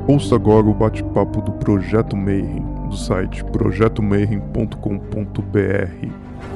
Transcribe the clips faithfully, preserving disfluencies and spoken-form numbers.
Ouça agora o bate-papo do Projeto Mayhem, do site projeto mayhem ponto com ponto b r.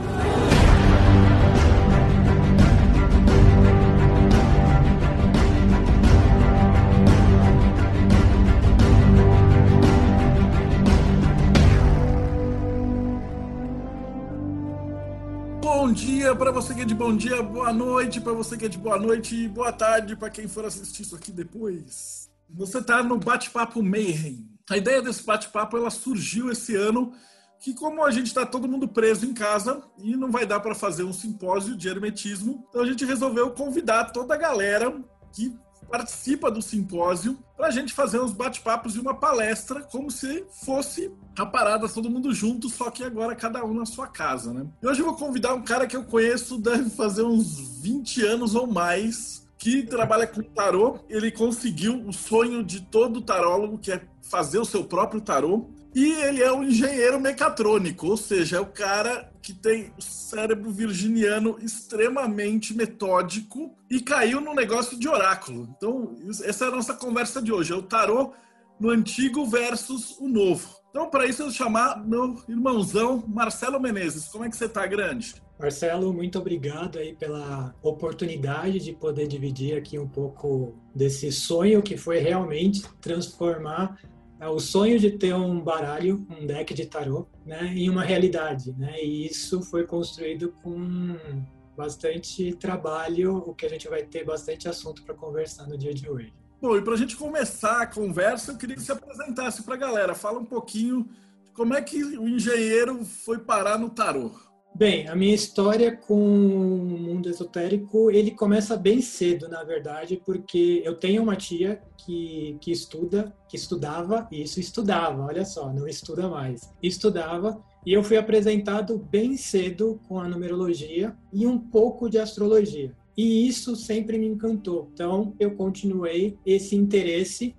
Bom dia para você que é de bom dia, boa noite para você que é de boa noite e boa tarde para quem for assistir isso aqui depois. Você está no Bate-Papo Mayhem. A ideia desse bate-papo ela surgiu esse ano, que como a gente está todo mundo preso em casa e não vai dar para fazer um simpósio de hermetismo, então a gente resolveu convidar toda a galera que participa do simpósio para a gente fazer uns bate-papos e uma palestra como se fosse a parada todo mundo junto, só que agora cada um na sua casa, né? E hoje eu vou convidar um cara que eu conheço, deve fazer uns vinte anos ou mais, que trabalha com tarô. Ele conseguiu o sonho de todo tarólogo, que é fazer o seu próprio tarô. E ele é um engenheiro mecatrônico, ou seja, é o cara que tem o cérebro virginiano extremamente metódico e caiu no negócio de oráculo. Então, essa é a nossa conversa de hoje, é o tarô no antigo versus o novo. Então, para isso, eu vou chamar meu irmãozão, Marcelo Menezes. Como é que você tá, grande? Marcelo, muito obrigado aí pela oportunidade de poder dividir aqui um pouco desse sonho que foi realmente transformar o sonho de ter um baralho, um deck de tarô, né, em uma realidade, né? E isso foi construído com bastante trabalho, o que a gente vai ter bastante assunto para conversar no dia de hoje. Bom, e para a gente começar a conversa, eu queria que você apresentasse para a galera. Fala um pouquinho de como é que o engenheiro foi parar no tarô. Bem, a minha história com o mundo esotérico, ele começa bem cedo, na verdade, porque eu tenho uma tia que, que estuda, que estudava, e isso estudava, olha só, não estuda mais, estudava, e eu fui apresentado bem cedo com a numerologia e um pouco de astrologia. E isso sempre me encantou, então eu continuei esse interesse.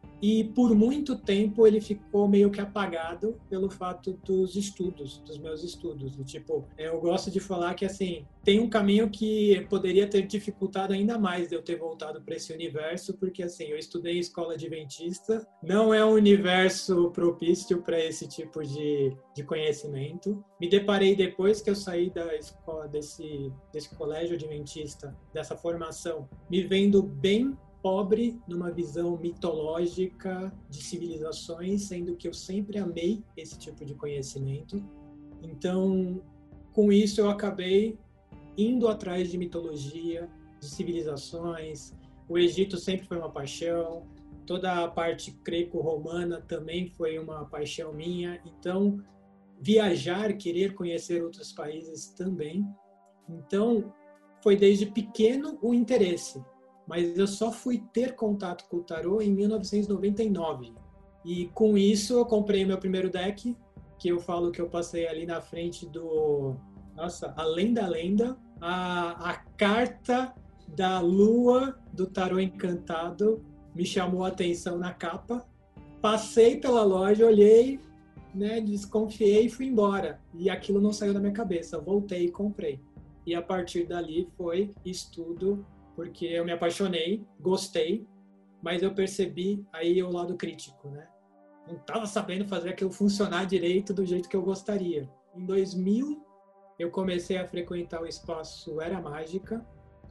E por muito tempo ele ficou meio que apagado pelo fato dos estudos, dos meus estudos. Do tipo, eu gosto de falar que assim, tem um caminho que poderia ter dificultado ainda mais de eu ter voltado para esse universo, porque assim, eu estudei em escola adventista, não é um universo propício para esse tipo de, de conhecimento. Me deparei depois que eu saí da escola, desse, desse colégio adventista, dessa formação, me vendo bem pobre numa visão mitológica de civilizações, sendo que eu sempre amei esse tipo de conhecimento. Então, com isso eu acabei indo atrás de mitologia, de civilizações. O Egito sempre foi uma paixão, toda a parte greco-romana também foi uma paixão minha. Então, viajar, querer conhecer outros países também. Então, foi desde pequeno o interesse. Mas eu só fui ter contato com o tarô em mil novecentos e noventa e nove. E com isso eu comprei meu primeiro deck, que eu falo que eu passei ali na frente do... Nossa, além da lenda, a, a carta da lua do tarô encantado me chamou a atenção na capa. Passei pela loja, olhei, né, desconfiei e fui embora. E aquilo não saiu da minha cabeça. Voltei e comprei. E a partir dali foi estudo, porque eu me apaixonei, gostei, mas eu percebi aí o lado crítico, né? Não estava sabendo fazer aquilo funcionar direito do jeito que eu gostaria. Em dois mil, eu comecei a frequentar o espaço Era Mágica,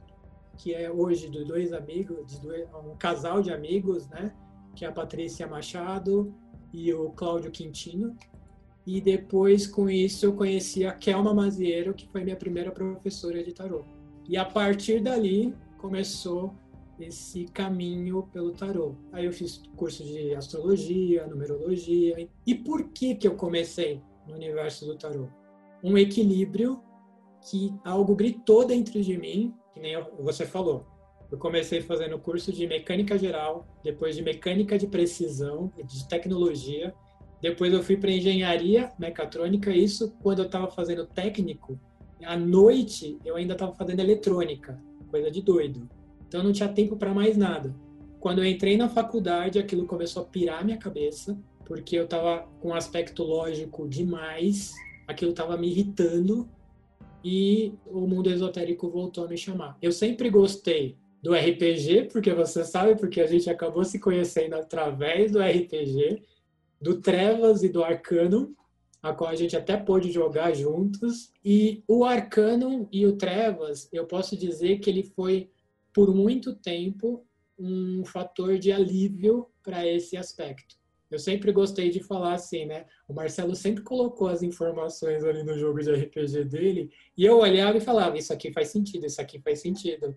que é hoje de dois amigos, de dois, um casal de amigos, né? Que é a Patrícia Machado e o Cláudio Quintino. E depois, com isso, eu conheci a Kelma Maziero, que foi minha primeira professora de tarô. E a partir dali, começou esse caminho pelo tarô. Aí eu fiz curso de astrologia, numerologia. E por que que eu comecei no universo do tarô? Um equilíbrio que algo gritou dentro de mim, que nem você falou. Eu comecei fazendo curso de mecânica geral, depois de mecânica de precisão, de tecnologia. Depois eu fui para engenharia mecatrônica, isso quando eu estava fazendo técnico. À noite eu ainda estava fazendo eletrônica. Coisa de doido. Então eu não tinha tempo para mais nada. Quando eu entrei na faculdade, aquilo começou a pirar minha cabeça, porque eu estava com um aspecto lógico demais, aquilo estava me irritando e o mundo esotérico voltou a me chamar. Eu sempre gostei do R P G, porque você sabe, porque a gente acabou se conhecendo através do R P G, do Trevas e do Arcanum, a qual a gente até pôde jogar juntos. E o Arcanum e o Trevas, eu posso dizer que ele foi, por muito tempo, um fator de alívio para esse aspecto. Eu sempre gostei de falar assim, né? O Marcelo sempre colocou as informações ali no jogo de R P G dele e eu olhava e falava, isso aqui faz sentido, isso aqui faz sentido.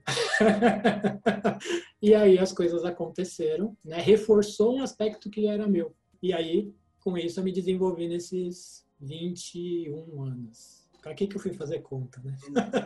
E aí as coisas aconteceram, né? Reforçou um aspecto que era meu. E aí, com isso, eu me desenvolvi nesses vinte e um anos. Para que que eu fui fazer conta, né?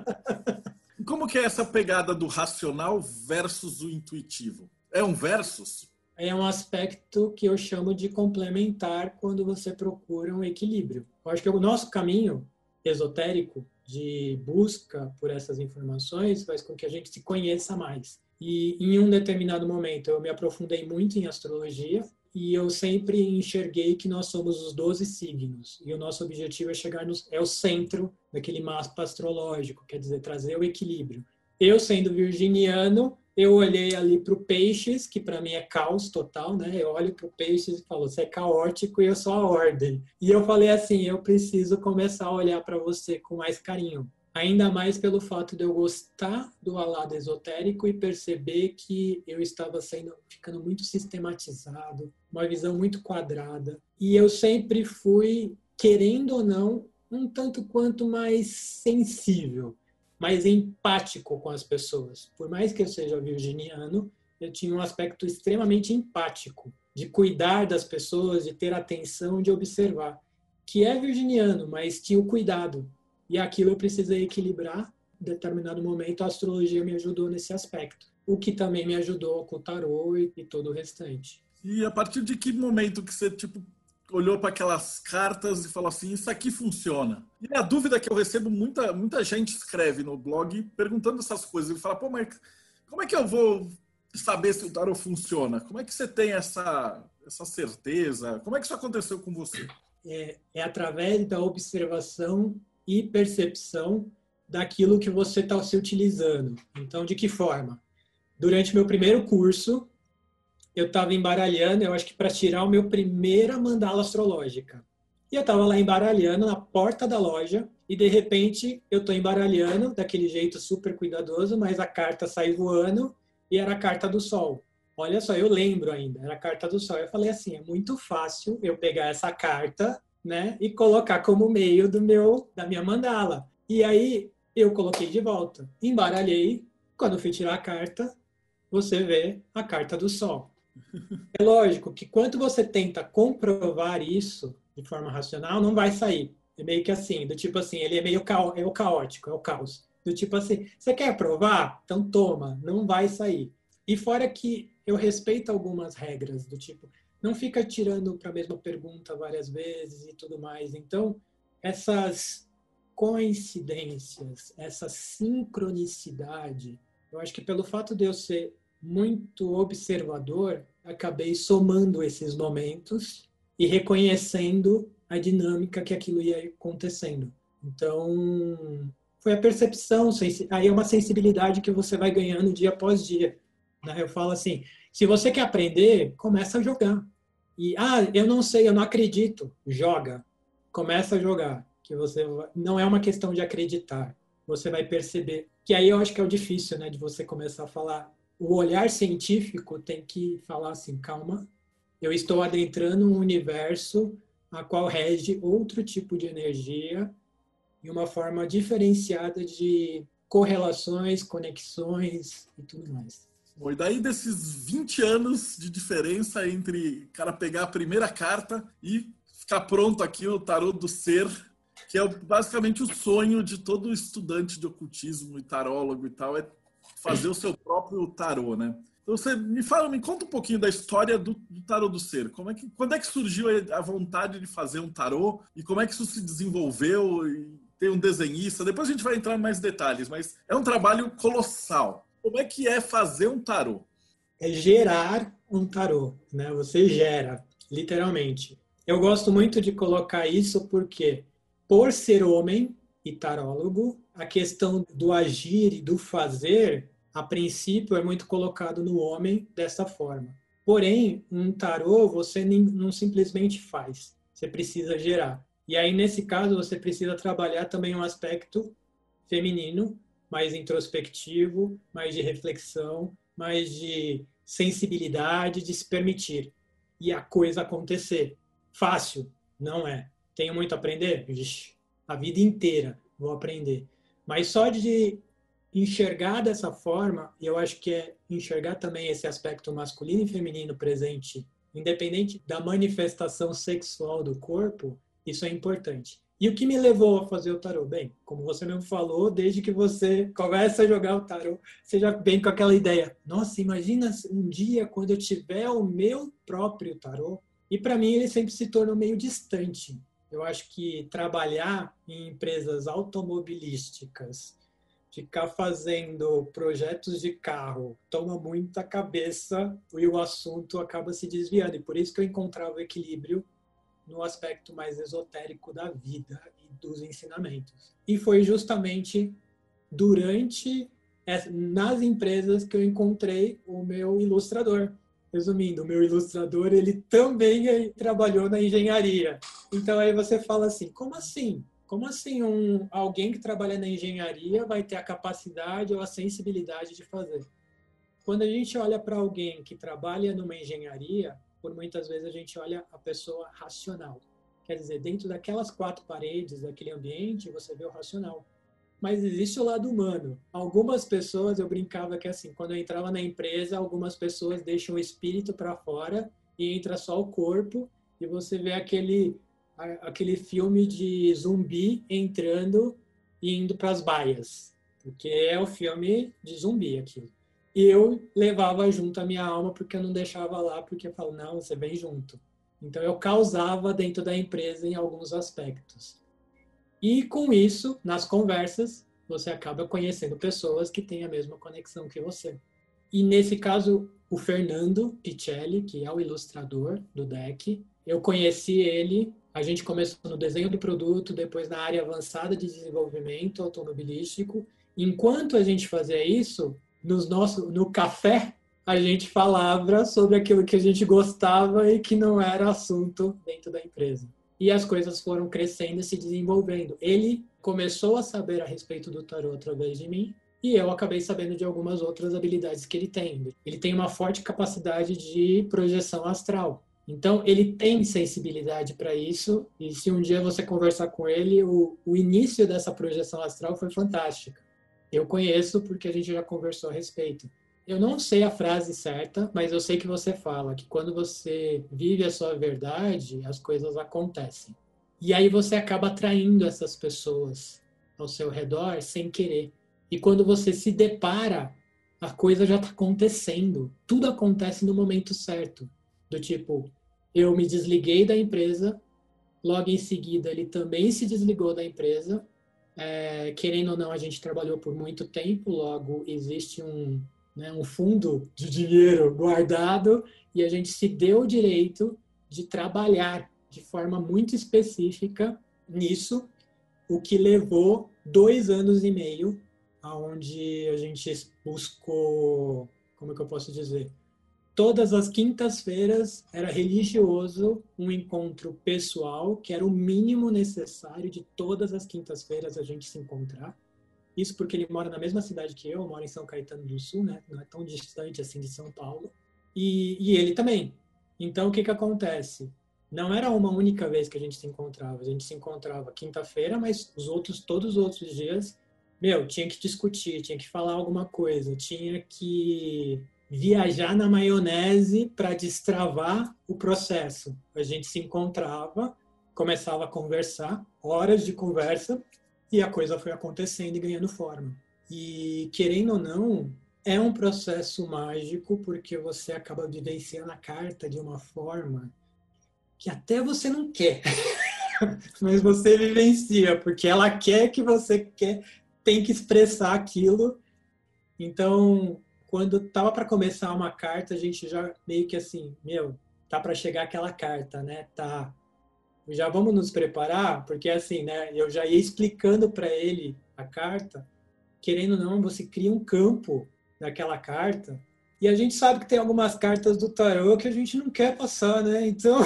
Como que é essa pegada do racional versus o intuitivo? É um versus? É um aspecto que eu chamo de complementar quando você procura um equilíbrio. Eu acho que o nosso caminho esotérico de busca por essas informações faz com que a gente se conheça mais. E em um determinado momento eu me aprofundei muito em astrologia e eu sempre enxerguei que nós somos os doze signos e o nosso objetivo é chegar no é o centro daquele mapa astrológico, quer dizer, trazer o equilíbrio. Eu sendo virginiano, eu olhei ali para o Peixes, que para mim é caos total, né? Eu olho para o Peixes e falo, você é caótico e eu sou a ordem. E eu falei assim, eu preciso começar a olhar para você com mais carinho. Ainda mais pelo fato de eu gostar do lado esotérico e perceber que eu estava sendo, ficando muito sistematizado, uma visão muito quadrada. E eu sempre fui, querendo ou não, um tanto quanto mais sensível, mais empático com as pessoas. Por mais que eu seja virginiano, eu tinha um aspecto extremamente empático, de cuidar das pessoas, de ter atenção, de observar. Que é virginiano, mas tinha o cuidado. E aquilo eu precisei equilibrar. Em determinado momento, a astrologia me ajudou nesse aspecto. O que também me ajudou com o tarô e, e todo o restante. E a partir de que momento que você, tipo, olhou para aquelas cartas e falou assim, isso aqui funciona? E a dúvida que eu recebo, muita, muita gente escreve no blog perguntando essas coisas. Ele fala, pô, mas como é que eu vou saber se o tarô funciona? Como é que você tem essa, essa certeza? Como é que isso aconteceu com você? É, é através da observação e percepção daquilo que você está se utilizando. Então, de que forma? Durante meu primeiro curso, eu estava embaralhando, eu acho que para tirar o meu primeira mandala astrológica. E eu estava lá embaralhando na porta da loja e, de repente, eu estou embaralhando daquele jeito super cuidadoso, mas a carta sai voando e era a carta do Sol. Olha só, eu lembro ainda, era a carta do Sol. Eu falei assim, é muito fácil eu pegar essa carta, né, e colocar como meio do meu, da minha mandala. E aí eu coloquei de volta, embaralhei. Quando eu fui tirar a carta, você vê a carta do Sol. É lógico que quando você tenta comprovar isso de forma racional, não vai sair. É meio que assim, do tipo assim, ele é meio caó- é o caótico, é o caos. Do tipo assim, você quer provar? Então toma, não vai sair. E fora que eu respeito algumas regras, do tipo, não fica tirando para a mesma pergunta várias vezes e tudo mais. Então, essas coincidências, essa sincronicidade, eu acho que pelo fato de eu ser muito observador, acabei somando esses momentos e reconhecendo a dinâmica que aquilo ia acontecendo. Então, foi a percepção, aí é uma sensibilidade que você vai ganhando dia após dia. Eu falo assim, se você quer aprender, começa a jogar. E, ah, eu não sei, eu não acredito. Joga. Começa a jogar. Que você vai... Não é uma questão de acreditar. Você vai perceber. Que aí eu acho que é o difícil, né? De você começar a falar. O olhar científico tem que falar assim, calma, eu estou adentrando um universo a qual rege outro tipo de energia e uma forma diferenciada de correlações, conexões e tudo mais. Bom, e daí desses vinte anos de diferença entre o cara pegar a primeira carta e ficar pronto aqui o tarô do ser, que é basicamente o sonho de todo estudante de ocultismo e tarólogo e tal, é fazer o seu próprio tarô, né? Então você me fala, me conta um pouquinho da história do, do tarô do ser. Como é que, quando é que surgiu a vontade de fazer um tarô e como é que isso se desenvolveu? E tem um desenhista, depois a gente vai entrar em mais detalhes, mas é um trabalho colossal. Como é que é fazer um tarô? É gerar um tarô, né? Você gera, literalmente. Eu gosto muito de colocar isso porque, por ser homem e tarólogo, a questão do agir e do fazer a princípio, é muito colocado no homem dessa forma. Porém, um tarô você não simplesmente faz, você precisa gerar. E aí, nesse caso, você precisa trabalhar também um aspecto feminino, mais introspectivo, mais de reflexão, mais de sensibilidade, de se permitir. E a coisa acontecer. Fácil? Não é. Tenho muito a aprender? Ixi, a vida inteira vou aprender. Mas só de enxergar dessa forma, eu acho que é enxergar também esse aspecto masculino e feminino presente, independente da manifestação sexual do corpo, isso é importante. E o que me levou a fazer o tarô? Bem, como você mesmo falou, desde que você começa a jogar o tarô, você já vem com aquela ideia. Nossa, imagina um dia quando eu tiver o meu próprio tarô. E para mim ele sempre se tornou meio distante. Eu acho que trabalhar em empresas automobilísticas, ficar fazendo projetos de carro, toma muita cabeça e o assunto acaba se desviando. E por isso que eu encontrava o equilíbrio no aspecto mais esotérico da vida e dos ensinamentos. E foi justamente durante, nas empresas que eu encontrei o meu ilustrador. Resumindo, o meu ilustrador, ele também trabalhou na engenharia. Então aí você fala assim, como assim? Como assim um, alguém que trabalha na engenharia vai ter a capacidade ou a sensibilidade de fazer? Quando a gente olha para alguém que trabalha numa engenharia, por muitas vezes a gente olha a pessoa racional. Quer dizer, dentro daquelas quatro paredes, daquele ambiente, você vê o racional. Mas existe o lado humano. Algumas pessoas, eu brincava que assim, quando eu entrava na empresa, algumas pessoas deixam o espírito para fora e entra só o corpo e você vê aquele, aquele filme de zumbi entrando e indo para as baias. Porque é o filme de zumbi aquilo. E eu levava junto a minha alma porque eu não deixava lá, porque eu falo, não, você vem junto. Então eu causava dentro da empresa em alguns aspectos. E com isso, nas conversas, você acaba conhecendo pessoas que têm a mesma conexão que você. E nesse caso, o Fernando Picelli, que é o ilustrador do deck, eu conheci ele, a gente começou no desenho do produto, depois na área avançada de desenvolvimento automobilístico. Enquanto a gente fazia isso, nos nosso, no café, a gente falava sobre aquilo que a gente gostava e que não era assunto dentro da empresa. E as coisas foram crescendo e se desenvolvendo. Ele começou a saber a respeito do tarô através de mim e eu acabei sabendo de algumas outras habilidades que ele tem. Ele tem uma forte capacidade de projeção astral. Então, ele tem sensibilidade para isso e se um dia você conversar com ele, o, o início dessa projeção astral foi fantástica. Eu conheço porque a gente já conversou a respeito. Eu não sei a frase certa, mas eu sei que você fala que quando você vive a sua verdade, as coisas acontecem. E aí você acaba atraindo essas pessoas ao seu redor sem querer. E quando você se depara, a coisa já está acontecendo. Tudo acontece no momento certo. Do tipo, eu me desliguei da empresa, logo em seguida ele também se desligou da empresa. É, querendo ou não, a gente trabalhou por muito tempo, logo existe um... Né, um fundo de dinheiro guardado e a gente se deu o direito de trabalhar de forma muito específica nisso, o que levou dois anos e meio, onde a gente buscou, como é que eu posso dizer? Todas as quintas-feiras era religioso, um encontro pessoal, que era o mínimo necessário de todas as quintas-feiras a gente se encontrar. Isso porque ele mora na mesma cidade que eu, eu moro em São Caetano do Sul, né? Não é tão distante assim de São Paulo. E, e ele também. Então, o que que acontece? Não era uma única vez que a gente se encontrava. A gente se encontrava quinta-feira, mas os outros, todos os outros dias, meu, tinha que discutir, tinha que falar alguma coisa, tinha que viajar na maionese para destravar o processo. A gente se encontrava, começava a conversar, horas de conversa, e a coisa foi acontecendo e ganhando forma. E, querendo ou não, é um processo mágico porque você acaba vivenciando a carta de uma forma que até você não quer. Mas você vivencia, porque ela quer que você quer, tem que expressar aquilo. Então, quando tava para começar uma carta, a gente já meio que assim, meu, tá para chegar aquela carta, né? Tá... Já vamos nos preparar, porque assim, né, eu já ia explicando para ele a carta, querendo ou não, você cria um campo daquela carta. E a gente sabe que tem algumas cartas do tarô que a gente não quer passar, né? Então...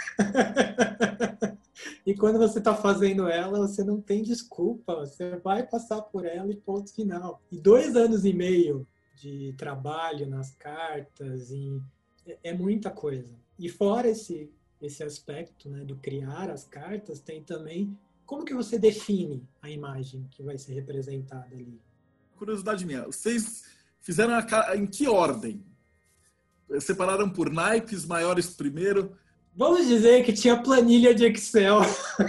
E quando você está fazendo ela, você não tem desculpa. Você vai passar por ela e ponto final. E dois anos e meio de trabalho nas cartas e é muita coisa. E fora esse, esse aspecto, né, do criar as cartas, tem também como que você define a imagem que vai ser representada ali. Curiosidade minha, vocês fizeram a, em que ordem? Separaram por naipes, maiores primeiro? Vamos dizer que tinha planilha de Excel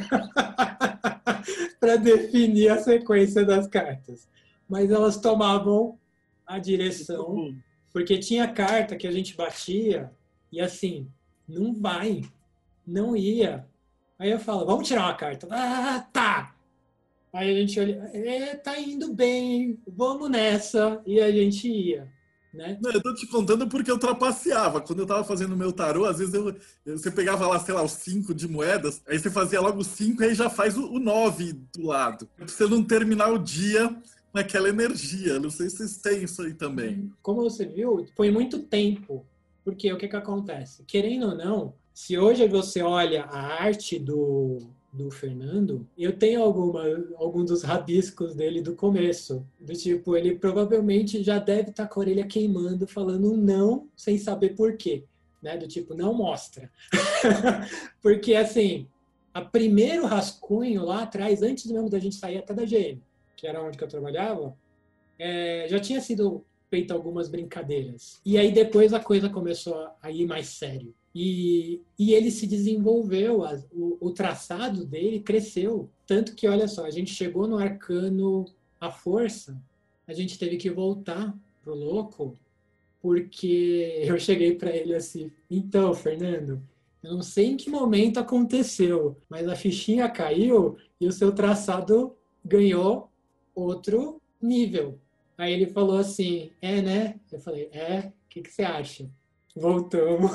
para definir a sequência das cartas. Mas elas tomavam a direção, porque tinha carta que a gente batia e assim, não vai, não ia. Aí eu falo, vamos tirar uma carta. Ah, tá! Aí a gente olha, é, tá indo bem, vamos nessa. E a gente ia. Né? Não, eu tô te contando porque eu trapaceava. Quando eu tava fazendo o meu tarô, às vezes eu, você pegava lá, sei lá, os cinco de moedas, aí você fazia logo os cinco e aí já faz o, o nove do lado. Pra você não terminar o dia naquela energia. Não sei se vocês têm isso aí também. Como você viu, foi muito tempo. Porque o que que acontece? Querendo ou não, se hoje você olha a arte do... do Fernando, eu tenho alguma, algum dos rabiscos dele do começo. Do tipo, ele provavelmente já deve estar com a orelha queimando, falando um não, sem saber por quê. Né? Do tipo, não mostra. Porque, assim, a primeiro rascunho lá atrás, antes mesmo da gente sair até da G M, que era onde que eu trabalhava, é, já tinha sido feito algumas brincadeiras. E aí depois a coisa começou a ir mais sério. E, e ele se desenvolveu, a, o, o traçado dele cresceu. Tanto que, olha só, a gente chegou no arcano A Força, a gente teve que voltar pro louco, porque eu cheguei para ele assim, então, Fernando, eu não sei em que momento aconteceu, mas a fichinha caiu e o seu traçado ganhou outro nível. Aí ele falou assim, é, né? Eu falei, é, o que, que você acha? Voltamos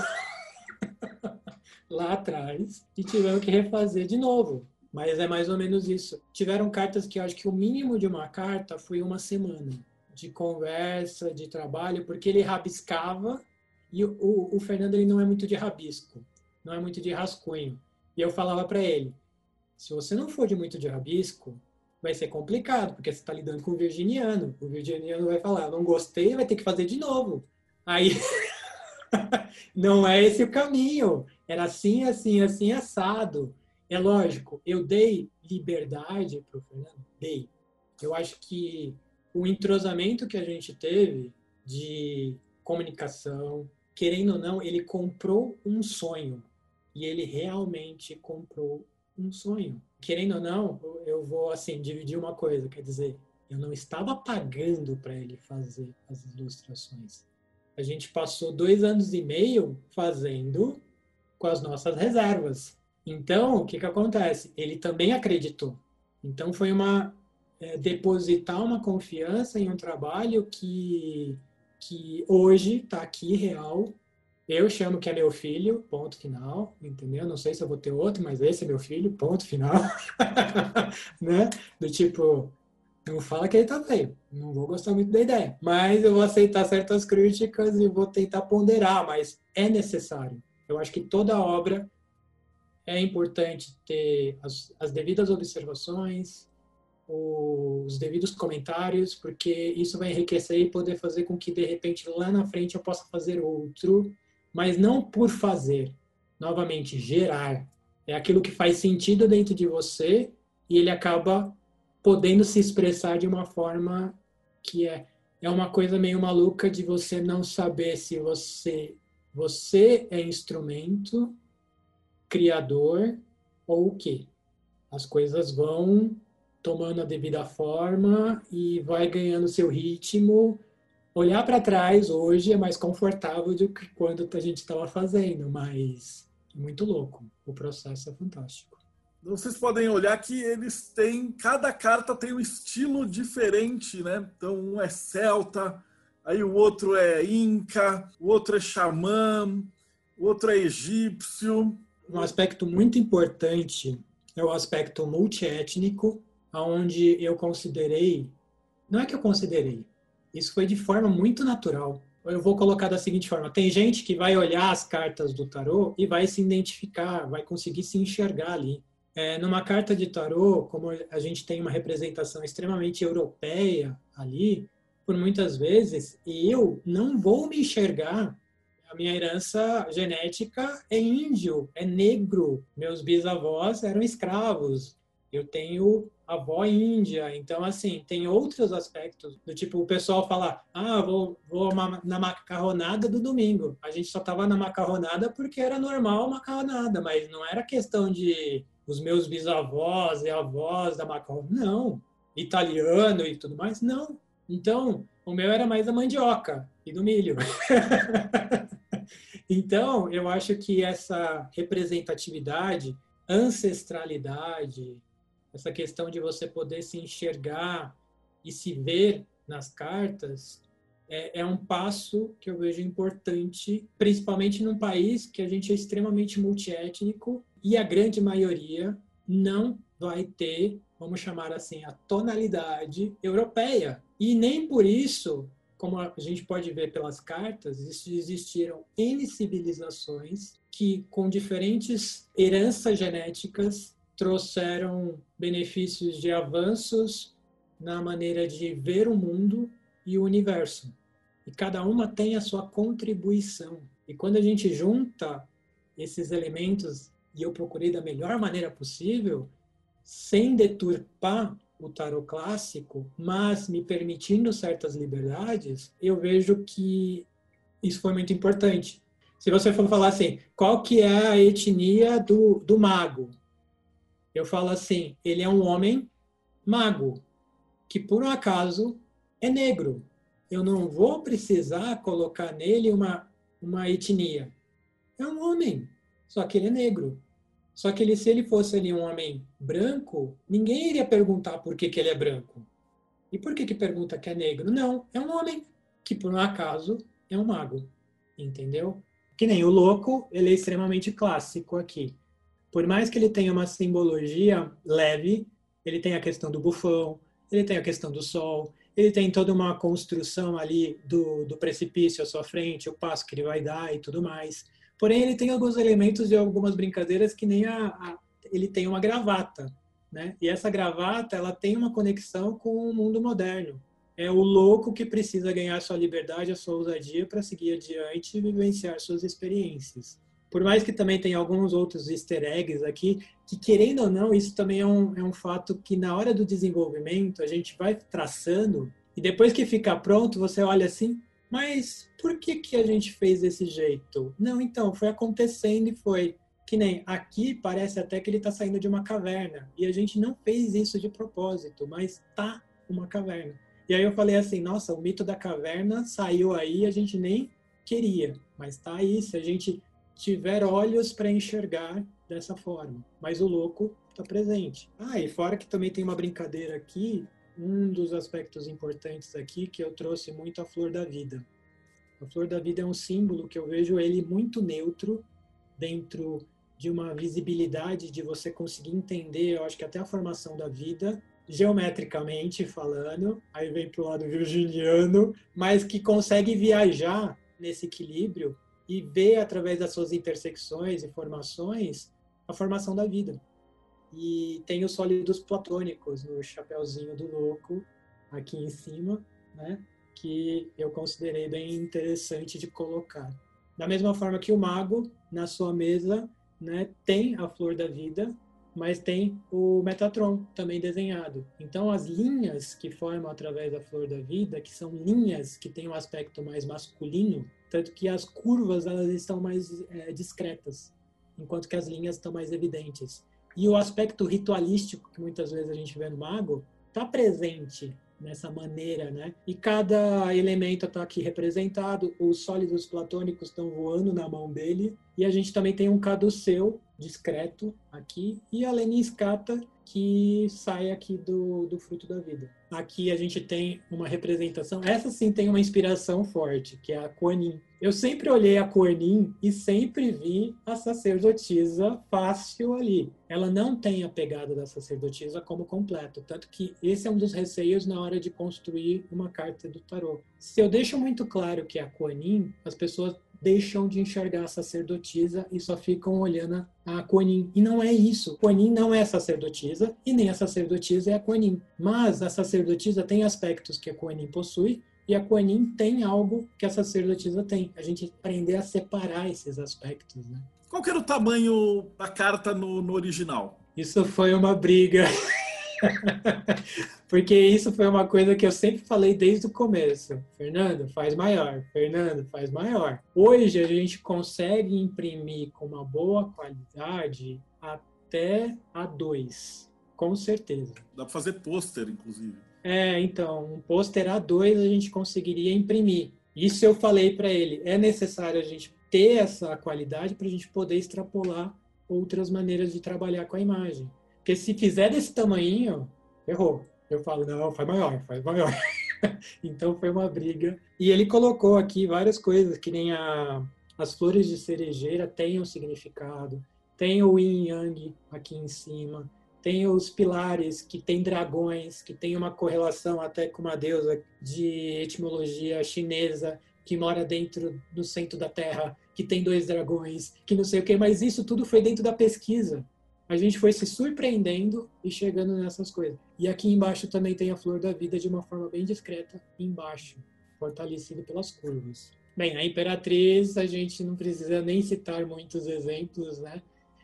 lá atrás e tivemos que refazer de novo. Mas é mais ou menos isso. Tiveram cartas que eu acho que o mínimo de uma carta foi uma semana de conversa, de trabalho, porque ele rabiscava e o, o, o Fernando ele não é muito de rabisco, não é muito de rascunho. E eu falava para ele, se você não for de muito de rabisco, vai ser complicado, porque você está lidando com o virginiano. O virginiano vai falar, não gostei, vai ter que fazer de novo. Aí... Não é esse o caminho. Era assim, assim, assim, assado. É lógico, eu dei liberdade para o Fernando? Dei. Eu acho que o entrosamento que a gente teve de comunicação, querendo ou não, ele comprou um sonho. E ele realmente comprou um sonho. Querendo ou não, eu vou, assim, dividir uma coisa. Quer dizer, eu não estava pagando para ele fazer as ilustrações. A gente passou dois anos e meio fazendo com as nossas reservas. Então, o que que acontece? Ele também acreditou. Então, foi uma é, depositar uma confiança em um trabalho que, que hoje está aqui real. Eu chamo que é meu filho, ponto final, entendeu? Não sei se eu vou ter outro, mas esse é meu filho, ponto final. Né? Do tipo... Não fala que ele tá feio. Não vou gostar muito da ideia. Mas eu vou aceitar certas críticas e vou tentar ponderar, mas é necessário. Eu acho que toda obra é importante ter as, as devidas observações, os devidos comentários, porque isso vai enriquecer e poder fazer com que, de repente, lá na frente eu possa fazer outro, mas não por fazer. Novamente, gerar. É aquilo que faz sentido dentro de você e ele acaba podendo se expressar de uma forma que é, é uma coisa meio maluca de você não saber se você, você é instrumento, criador ou o quê. As coisas vão tomando a devida forma e vai ganhando seu ritmo. Olhar para trás hoje é mais confortável do que quando a gente estava fazendo, mas é muito louco. O processo é fantástico. Vocês podem olhar que eles têm, cada carta tem um estilo diferente, né? Então, um é celta, aí o outro é inca, o outro é xamã, o outro é egípcio. Um aspecto muito importante é o aspecto multiétnico, onde eu considerei, não é que eu considerei, Isso foi de forma muito natural. Eu vou colocar da seguinte forma: tem gente que vai olhar as cartas do tarô e vai se identificar, vai conseguir se enxergar ali. É, numa carta de tarô, como a gente tem uma representação extremamente europeia ali, por muitas vezes, eu não vou me enxergar. A minha herança genética é índio, é negro. Meus bisavós eram escravos. Eu tenho avó índia. Então, assim, tem outros aspectos. Do tipo, o pessoal fala, ah, vou, vou na macarronada do domingo. A gente só estava na macarronada porque era normal macarronada, mas não era questão de os meus bisavós e avós da macarronada. Não. Italiano e tudo mais. Não. Então, o meu era mais a mandioca e do milho. Então, eu acho que essa representatividade, ancestralidade, essa questão de você poder se enxergar e se ver nas cartas, é, é um passo que eu vejo importante, principalmente num país que a gente é extremamente multiétnico e a grande maioria não vai ter, vamos chamar assim, a tonalidade europeia. E nem por isso, como a gente pode ver pelas cartas, existiram N civilizações que, com diferentes heranças genéticas, trouxeram benefícios de avanços na maneira de ver o mundo e o universo. E cada uma tem a sua contribuição. E quando a gente junta esses elementos, e eu procurei da melhor maneira possível, sem deturpar o tarô clássico, mas me permitindo certas liberdades, eu vejo que isso foi muito importante. Se você for falar assim, qual que é a etnia do, do mago? Eu falo assim, ele é um homem mago, que por um acaso é negro. Eu não vou precisar colocar nele uma, uma etnia. É um homem, só que ele é negro. Só que ele, se ele fosse ali um homem branco, ninguém iria perguntar por que, que ele é branco. E por que, que pergunta que é negro? Não, é um homem que por um acaso é um mago. Entendeu? Que nem o louco, ele é extremamente clássico aqui. Por mais que ele tenha uma simbologia leve, ele tem a questão do bufão, ele tem a questão do sol, ele tem toda uma construção ali do, do precipício à sua frente, o passo que ele vai dar e tudo mais. Porém, ele tem alguns elementos e algumas brincadeiras que nem a, a ele tem uma gravata, né? E essa gravata, ela tem uma conexão com o mundo moderno. É o louco que precisa ganhar sua liberdade, a sua ousadia para seguir adiante e vivenciar suas experiências. Por mais que também tenha alguns outros easter eggs aqui, que querendo ou não, isso também é um, é um fato que na hora do desenvolvimento a gente vai traçando e depois que fica pronto, você olha assim, mas por que, que a gente fez desse jeito? Não, então, foi acontecendo e foi que nem aqui parece até que ele está saindo de uma caverna e a gente não fez isso de propósito, mas tá uma caverna. E aí eu falei assim, nossa, o mito da caverna saiu aí, a gente nem queria, mas tá aí, se a gente tiver olhos para enxergar dessa forma. Mas o louco está presente. Ah, e fora que também tem uma brincadeira aqui, um dos aspectos importantes aqui que eu trouxe muito a flor da vida. A flor da vida é um símbolo que eu vejo ele muito neutro dentro de uma visibilidade de você conseguir entender, eu acho que até a formação da vida, geometricamente falando, aí vem pro lado virginiano, mas que consegue viajar nesse equilíbrio e ver através das suas intersecções e formações a formação da vida. E tem os sólidos platônicos no chapeuzinho do louco aqui em cima, né, que eu considerei bem interessante de colocar. Da mesma forma que o mago, na sua mesa, né, tem a flor da vida, mas tem o Metatron também desenhado. Então, as linhas que formam através da flor da vida, que são linhas que têm um aspecto mais masculino, tanto que as curvas elas estão mais é, discretas, enquanto que as linhas estão mais evidentes. E o aspecto ritualístico, que muitas vezes a gente vê no mago, está presente nessa maneira, né? E cada elemento está aqui representado, os sólidos platônicos estão voando na mão dele, e a gente também tem um caduceu discreto aqui, e a Lenin Scata, que sai aqui do, do fruto da vida. aqui a gente tem uma representação, essa sim tem uma inspiração forte, que é a Kuan Yin. Eu sempre olhei a Kuan Yin e sempre vi a sacerdotisa fácil ali. Ela não tem a pegada da sacerdotisa como completo, tanto que esse é um dos receios na hora de construir uma carta do tarô. Se eu deixo muito claro que é a Kuan Yin, as pessoas deixam de enxergar a sacerdotisa e só ficam olhando a Kuan Yin. E não é isso. Kuan Yin não é a sacerdotisa e nem a sacerdotisa é a Kuan Yin. Mas a sacerdotisa tem aspectos que a Kuan Yin possui e a Kuan Yin tem algo que a sacerdotisa tem. A gente aprender a separar esses aspectos, né? Qual que era o tamanho da carta no, no original? Isso foi uma briga. Porque isso foi uma coisa que eu sempre falei desde o começo. Fernando, faz maior. Fernando, faz maior. Hoje a gente consegue imprimir com uma boa qualidade até A dois. Com certeza. Dá para fazer pôster, inclusive. É, então, um pôster A dois a gente conseguiria imprimir. Isso eu falei para ele. É necessário a gente ter essa qualidade para a gente poder extrapolar outras maneiras de trabalhar com a imagem. Porque se fizer desse tamanho, errou. Eu falo, não, faz maior, faz maior. Então foi uma briga. E ele colocou aqui várias coisas, que nem a, as flores de cerejeira têm um significado, tem o yin e yang aqui em cima, tem os pilares que tem dragões, que tem uma correlação até com uma deusa de etimologia chinesa, que mora dentro do centro da Terra, que tem dois dragões, que não sei o quê, mas isso tudo foi dentro da pesquisa. A gente foi se surpreendendo e chegando nessas coisas. E aqui embaixo também tem a flor da vida de uma forma bem discreta, embaixo, fortalecido pelas curvas. Bem, a Imperatriz, a gente não precisa nem citar muitos exemplos, né?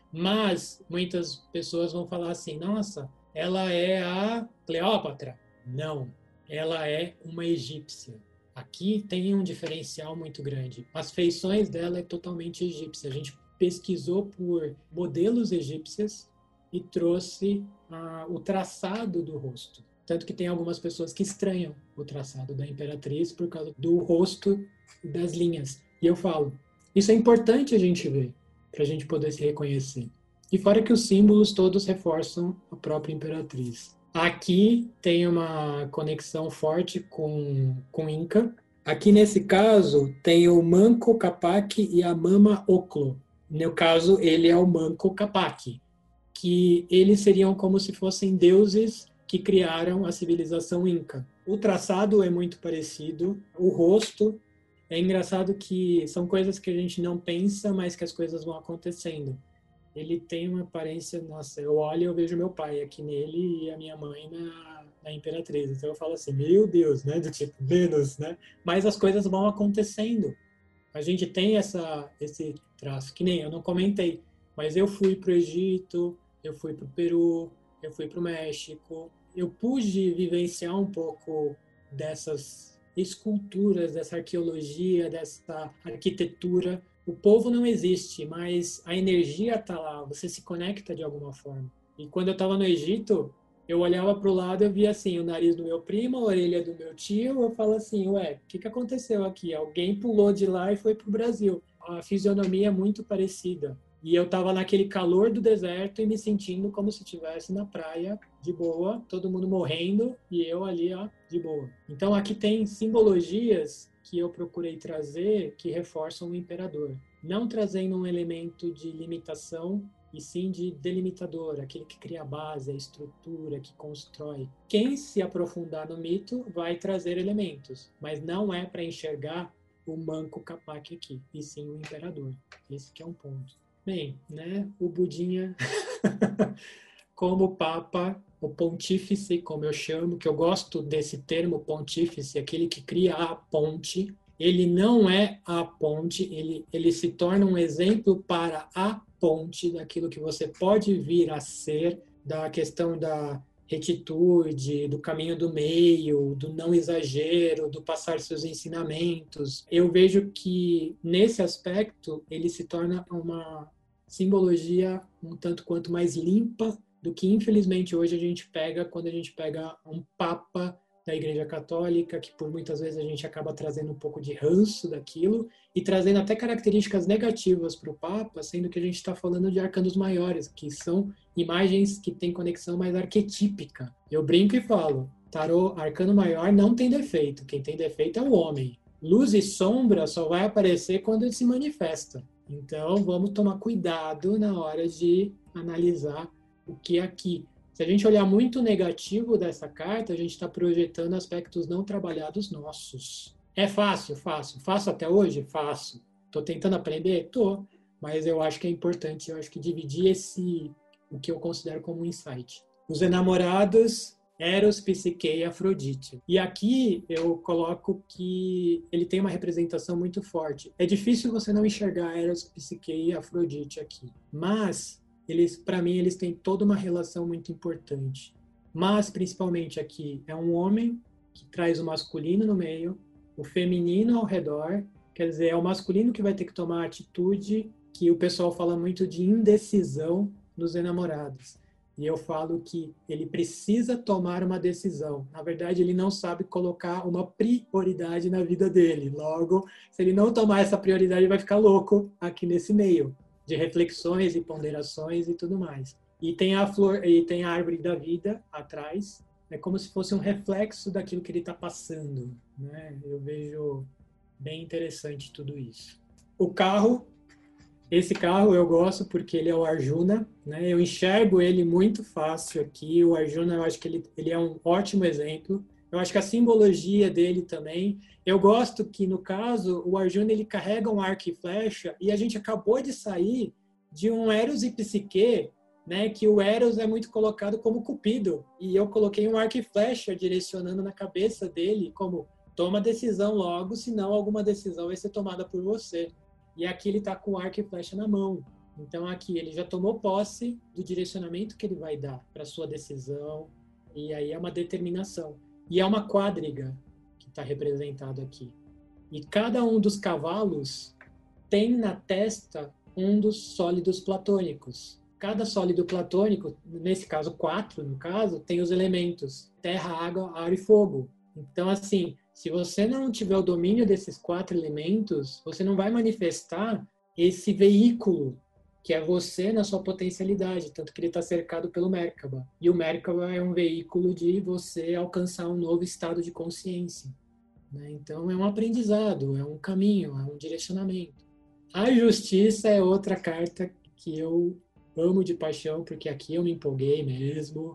Mas muitas pessoas vão falar assim, nossa, ela é a Cleópatra. Não, ela é uma egípcia. Aqui tem um diferencial muito grande. As feições dela é totalmente egípcia. A gente pesquisou por modelos egípcios e trouxe ah, o traçado do rosto. Tanto que tem algumas pessoas que estranham o traçado da Imperatriz por causa do rosto e das linhas. E eu falo, isso é importante a gente ver, para a gente poder se reconhecer. E fora que os símbolos todos reforçam a própria Imperatriz. Aqui tem uma conexão forte com, com Inca. Aqui nesse caso tem o Manco Capac e a Mama Oclo. No caso, ele é o Manco Capac, que eles seriam como se fossem deuses que criaram a civilização Inca. O traçado é muito parecido, o rosto. É engraçado que são coisas que a gente não pensa, mas que as coisas vão acontecendo. Ele tem uma aparência, nossa, eu olho e eu vejo meu pai aqui nele e a minha mãe na, na Imperatriz. Então eu falo assim, meu Deus, né? Do tipo, menos, né? Mas as coisas vão acontecendo. A gente tem essa, esse traço, que nem eu não comentei, mas eu fui para o Egito, eu fui para o Peru, eu fui para o México. Eu pude vivenciar um pouco dessas esculturas, dessa arqueologia, dessa arquitetura. O povo não existe, mas a energia está lá, você se conecta de alguma forma. E quando eu estava no Egito, eu olhava para o lado e eu via assim, o nariz do meu primo, a orelha do meu tio, eu falo assim, ué, o que, que aconteceu aqui? Alguém pulou de lá e foi para o Brasil. A fisionomia é muito parecida. E eu estava naquele calor do deserto e me sentindo como se estivesse na praia, de boa, todo mundo morrendo e eu ali, ó, de boa. Então aqui tem simbologias que eu procurei trazer que reforçam o imperador. Não trazendo um elemento de limitação, e sim de delimitador, aquele que cria a base, a estrutura, que constrói. Quem se aprofundar no mito vai trazer elementos, mas não é para enxergar o Manco Capac aqui, e sim o imperador. Esse que é um ponto. Bem, né, o Budinha, como Papa, o pontífice, como eu chamo, que eu gosto desse termo pontífice, aquele que cria a ponte, ele não é a ponte, ele, ele se torna um exemplo para a ponte daquilo que você pode vir a ser, da questão da retitude, do caminho do meio, do não exagero, do passar seus ensinamentos. Eu vejo que, nesse aspecto, ele se torna uma simbologia um tanto quanto mais limpa do que, infelizmente, hoje a gente pega quando a gente pega um papa da Igreja Católica, que por muitas vezes a gente acaba trazendo um pouco de ranço daquilo e trazendo até características negativas para o Papa, sendo que a gente está falando de arcanos maiores, que são imagens que têm conexão mais arquetípica. Eu brinco e falo, Tarô Arcano Maior não tem defeito. Quem tem defeito é o homem. Luz e sombra só vai aparecer quando ele se manifesta. Então, vamos tomar cuidado na hora de analisar o que é aqui. Se a gente olhar muito negativo dessa carta, a gente está projetando aspectos não trabalhados nossos. É fácil? Fácil. Faço até hoje? Faço. Estou tentando aprender? Estou. Mas eu acho que é importante, eu acho que dividir esse, o que eu considero como um insight. Os enamorados, Eros, Psique e Afrodite. E aqui eu coloco que ele tem uma representação muito forte. É difícil você não enxergar Eros, Psique e Afrodite aqui. Mas, eles, para mim, eles têm toda uma relação muito importante. Mas, principalmente aqui, é um homem que traz o masculino no meio, o feminino ao redor. Quer dizer, é o masculino que vai ter que tomar a atitude que o pessoal fala muito de indecisão nos enamorados. E eu falo que ele precisa tomar uma decisão. Na verdade, ele não sabe colocar uma prioridade na vida dele. Logo, se ele não tomar essa prioridade, ele vai ficar louco aqui nesse meio de reflexões e ponderações e tudo mais. E tem a flor, e tem a árvore da vida atrás. É como se fosse um reflexo daquilo que ele está passando, né? Eu vejo bem interessante tudo isso. O carro, esse carro eu gosto porque ele é o Arjuna, né? Eu enxergo ele muito fácil aqui. O Arjuna, eu acho que ele, ele é um ótimo exemplo. Eu acho que a simbologia dele também. Eu gosto que, no caso, o Arjuna ele carrega um arco e flecha e a gente acabou de sair de um Eros e Psique, né? Que o Eros é muito colocado como Cupido. E eu coloquei um arco e flecha direcionando na cabeça dele como toma decisão logo, senão alguma decisão vai ser tomada por você. E aqui ele está com o arco e flecha na mão. Então aqui ele já tomou posse do direcionamento que ele vai dar para sua decisão. E aí é uma determinação. E é uma quadriga que está representado aqui. E cada um dos cavalos tem na testa um dos sólidos platônicos. Cada sólido platônico, nesse caso quatro no caso, tem os elementos terra, água, ar e fogo. Então assim, se você não tiver o domínio desses quatro elementos, você não vai manifestar esse veículo que é você na sua potencialidade, tanto que ele está cercado pelo Merkaba. E o Merkaba é um veículo de você alcançar um novo estado de consciência, né? Então é um aprendizado, é um caminho, é um direcionamento. A Justiça é outra carta que eu amo de paixão, porque aqui eu me empolguei mesmo.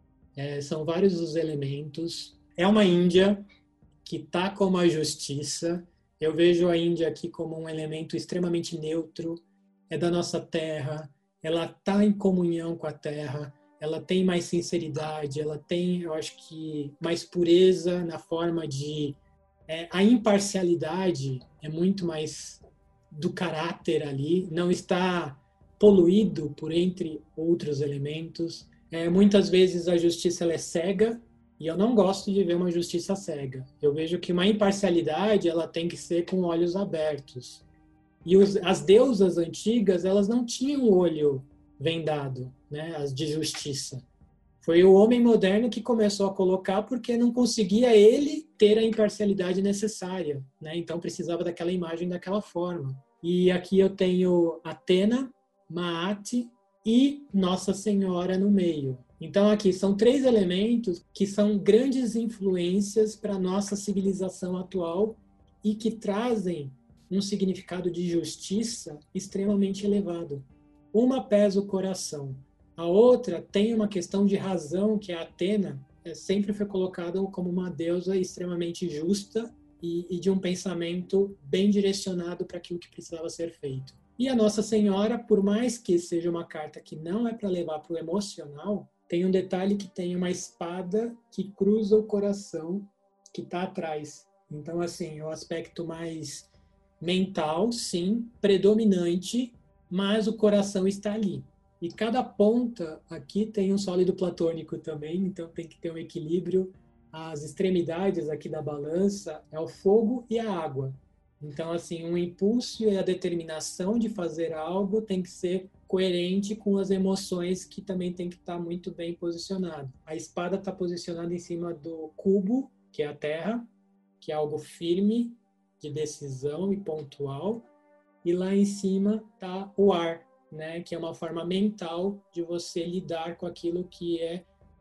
É, são vários os elementos. É uma Índia que está como a justiça. Eu vejo a Índia aqui como um elemento extremamente neutro, é da nossa terra, ela está em comunhão com a terra, ela tem mais sinceridade, ela tem, eu acho que, mais pureza na forma de... É, a imparcialidade é muito mais do caráter ali, não está poluído por entre outros elementos. É, muitas vezes a justiça ela é cega, e eu não gosto de ver uma justiça cega. Eu vejo que uma imparcialidade ela tem que ser com olhos abertos. E os, as deusas antigas, elas não tinham o olho vendado, né? As de justiça. Foi o homem moderno que começou a colocar porque não conseguia ele ter a imparcialidade necessária, né? Então precisava daquela imagem daquela forma. E aqui eu tenho Atena, Maat e Nossa Senhora no meio. Então aqui são três elementos que são grandes influências para a nossa civilização atual e que trazem um significado de justiça extremamente elevado. Uma pesa o coração, a outra tem uma questão de razão, que a Atena sempre foi colocada como uma deusa extremamente justa e, e de um pensamento bem direcionado para aquilo que precisava ser feito. E a Nossa Senhora, por mais que seja uma carta que não é para levar para o emocional, tem um detalhe que tem uma espada que cruza o coração que está atrás. Então, assim, é o aspecto mais mental, sim, predominante, mas o coração está ali. E cada ponta aqui tem um sólido platônico também, então tem que ter um equilíbrio. As extremidades aqui da balança é o fogo e a água. Então, assim, um impulso e a determinação de fazer algo tem que ser coerente com as emoções que também tem que estar muito bem posicionado. A espada está posicionada em cima do cubo, que é a terra, que é algo firme, de decisão e pontual, e lá em cima está o ar, né, que é uma forma mental de você lidar com aquilo que é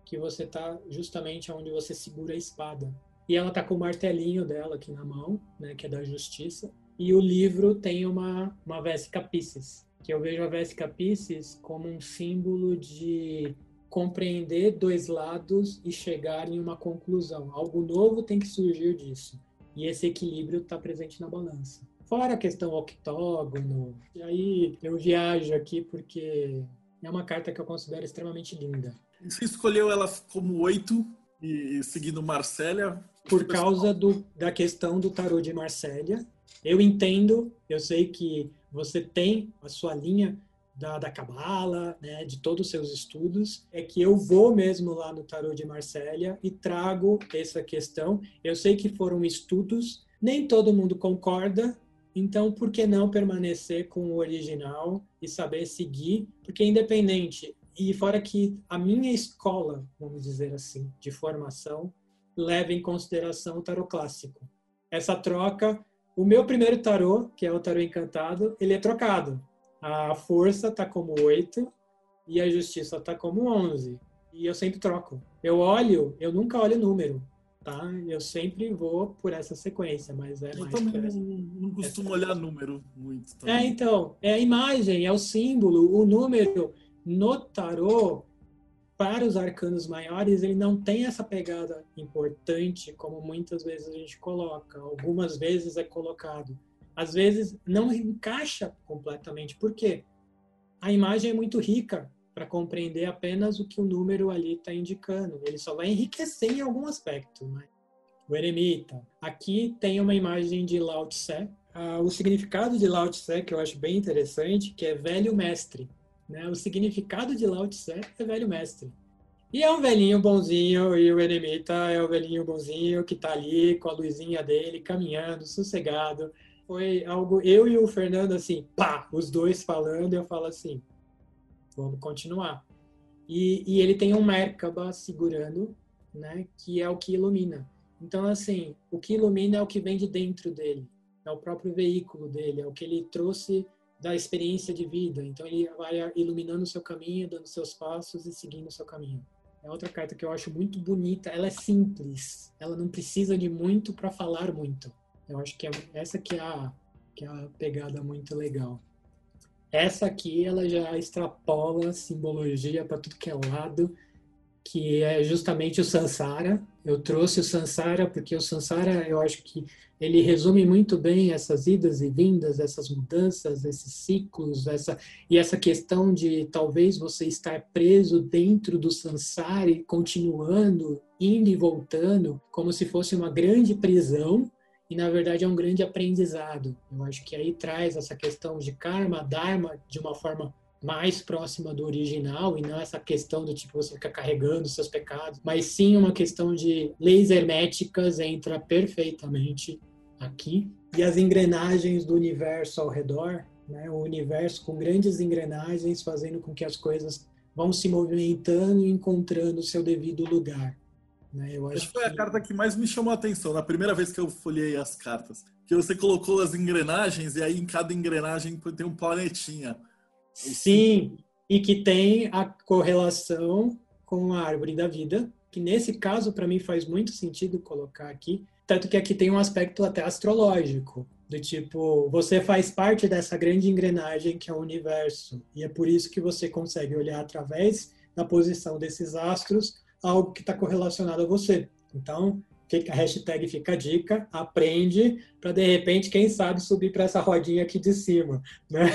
que você está justamente onde você segura a espada. E ela está com o martelinho dela aqui na mão, né, que é da justiça. E o livro tem uma, uma Vesica Piscis, que eu vejo a Vesica Piscis como um símbolo de compreender dois lados e chegar em uma conclusão. Algo novo tem que surgir disso. E esse equilíbrio está presente na balança. Fora a questão octógono. E aí eu viajo aqui porque é uma carta que eu considero extremamente linda. Você escolheu ela como oito e seguindo Marsella? Por causa do, da questão do tarô de Marsella. Eu entendo, eu sei que você tem a sua linha da, da Cabala, né, de todos os seus estudos. É que eu vou mesmo lá no tarô de Marsella e trago essa questão. Eu sei que foram estudos, nem todo mundo concorda, então por que não permanecer com o original e saber seguir? Porque independente, e fora que a minha escola, vamos dizer assim, de formação, leva em consideração o tarô clássico. Essa troca, o meu primeiro tarô, que é o tarô encantado, ele é trocado. A força está como oito e a justiça está como onze. E eu sempre troco. Eu olho, eu nunca olho número, tá? Eu sempre vou por essa sequência, mas é eu mais... também não, não costumo essa... olhar número muito. Também. É, então, é a imagem, é o símbolo, o número no tarô. Para os arcanos maiores, ele não tem essa pegada importante como muitas vezes a gente coloca. Algumas vezes é colocado. Às vezes não encaixa completamente. Por quê? A imagem é muito rica para compreender apenas o que o número ali está indicando. Ele só vai enriquecer em algum aspecto. Né? O eremita. Aqui tem uma imagem de Lao Tse. Ah, o significado de Lao Tse, que eu acho bem interessante, que é velho mestre. Né? O significado de Lao Tse é velho mestre. E é um velhinho bonzinho, e o eremita é o velhinho bonzinho que está ali com a luzinha dele, caminhando, sossegado. Foi algo, eu e o Fernando, assim, pá, os dois falando, eu falo assim, vamos continuar. E, e ele tem um Merkaba segurando, né, que é o que ilumina. Então, assim, o que ilumina é o que vem de dentro dele, é o próprio veículo dele, é o que ele trouxe da experiência de vida. Então ele vai iluminando o seu caminho, dando seus passos e seguindo o seu caminho. É outra carta que eu acho muito bonita. Ela é simples. Ela não precisa de muito para falar muito. Eu acho que é essa que é, a, que é a pegada muito legal. Essa aqui, ela já extrapola simbologia para tudo que é lado, que é justamente o Sansara. Eu trouxe o Sansara porque o Sansara, eu acho que ele resume muito bem essas idas e vindas, essas mudanças, esses ciclos, essa, e essa questão de talvez você estar preso dentro do Sansara e continuando, indo e voltando, como se fosse uma grande prisão, e na verdade é um grande aprendizado. Eu acho que aí traz essa questão de karma, dharma, de uma forma mais próxima do original, e não essa questão do tipo você ficar carregando seus pecados, mas sim uma questão de leis herméticas entra perfeitamente aqui. E as engrenagens do universo ao redor, né? O universo com grandes engrenagens fazendo com que as coisas vão se movimentando e encontrando o seu devido lugar. Né? Eu acho Essa foi que... a carta que mais me chamou a atenção, na primeira vez que eu folhei as cartas. Que você colocou as engrenagens e aí em cada engrenagem tem um planetinha. Sim, e que tem a correlação com a árvore da vida, que nesse caso para mim faz muito sentido colocar aqui, tanto que aqui tem um aspecto até astrológico, do tipo, você faz parte dessa grande engrenagem que é o universo, e é por isso que você consegue olhar através da posição desses astros algo que está correlacionado a você. Então, fica, a hashtag fica a dica, aprende, para de repente, quem sabe, subir para essa rodinha aqui de cima, né?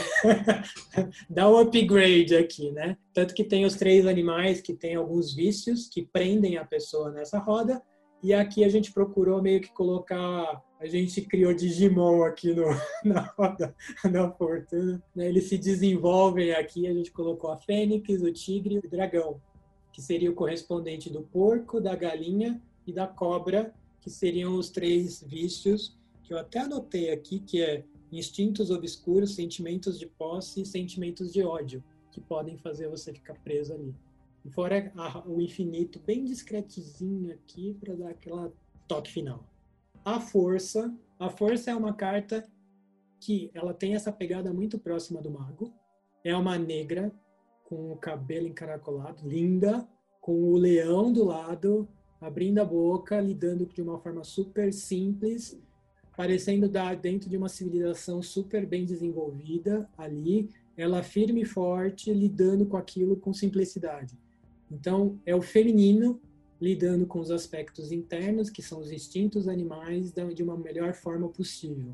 Dá um upgrade aqui, né? Tanto que tem os três animais que têm alguns vícios que prendem a pessoa nessa roda, e aqui a gente procurou meio que colocar, a gente criou Digimon aqui no, na roda da fortuna, né? Eles se desenvolvem aqui, a gente colocou a fênix, o tigre e o dragão, que seria o correspondente do porco, da galinha e da cobra, que seriam os três vícios, que eu até anotei aqui, que é instintos obscuros, sentimentos de posse e sentimentos de ódio, que podem fazer você ficar preso ali. E fora a, o infinito, bem discretozinho aqui, para dar aquela toque final. A força. A força é uma carta que ela tem essa pegada muito próxima do mago. É uma negra, com o cabelo encaracolado, linda, com o leão do lado, abrindo a boca, lidando de uma forma super simples, parecendo dar dentro de uma civilização super bem desenvolvida ali, ela firme e forte, lidando com aquilo com simplicidade. Então, é o feminino lidando com os aspectos internos, que são os instintos animais, de uma melhor forma possível.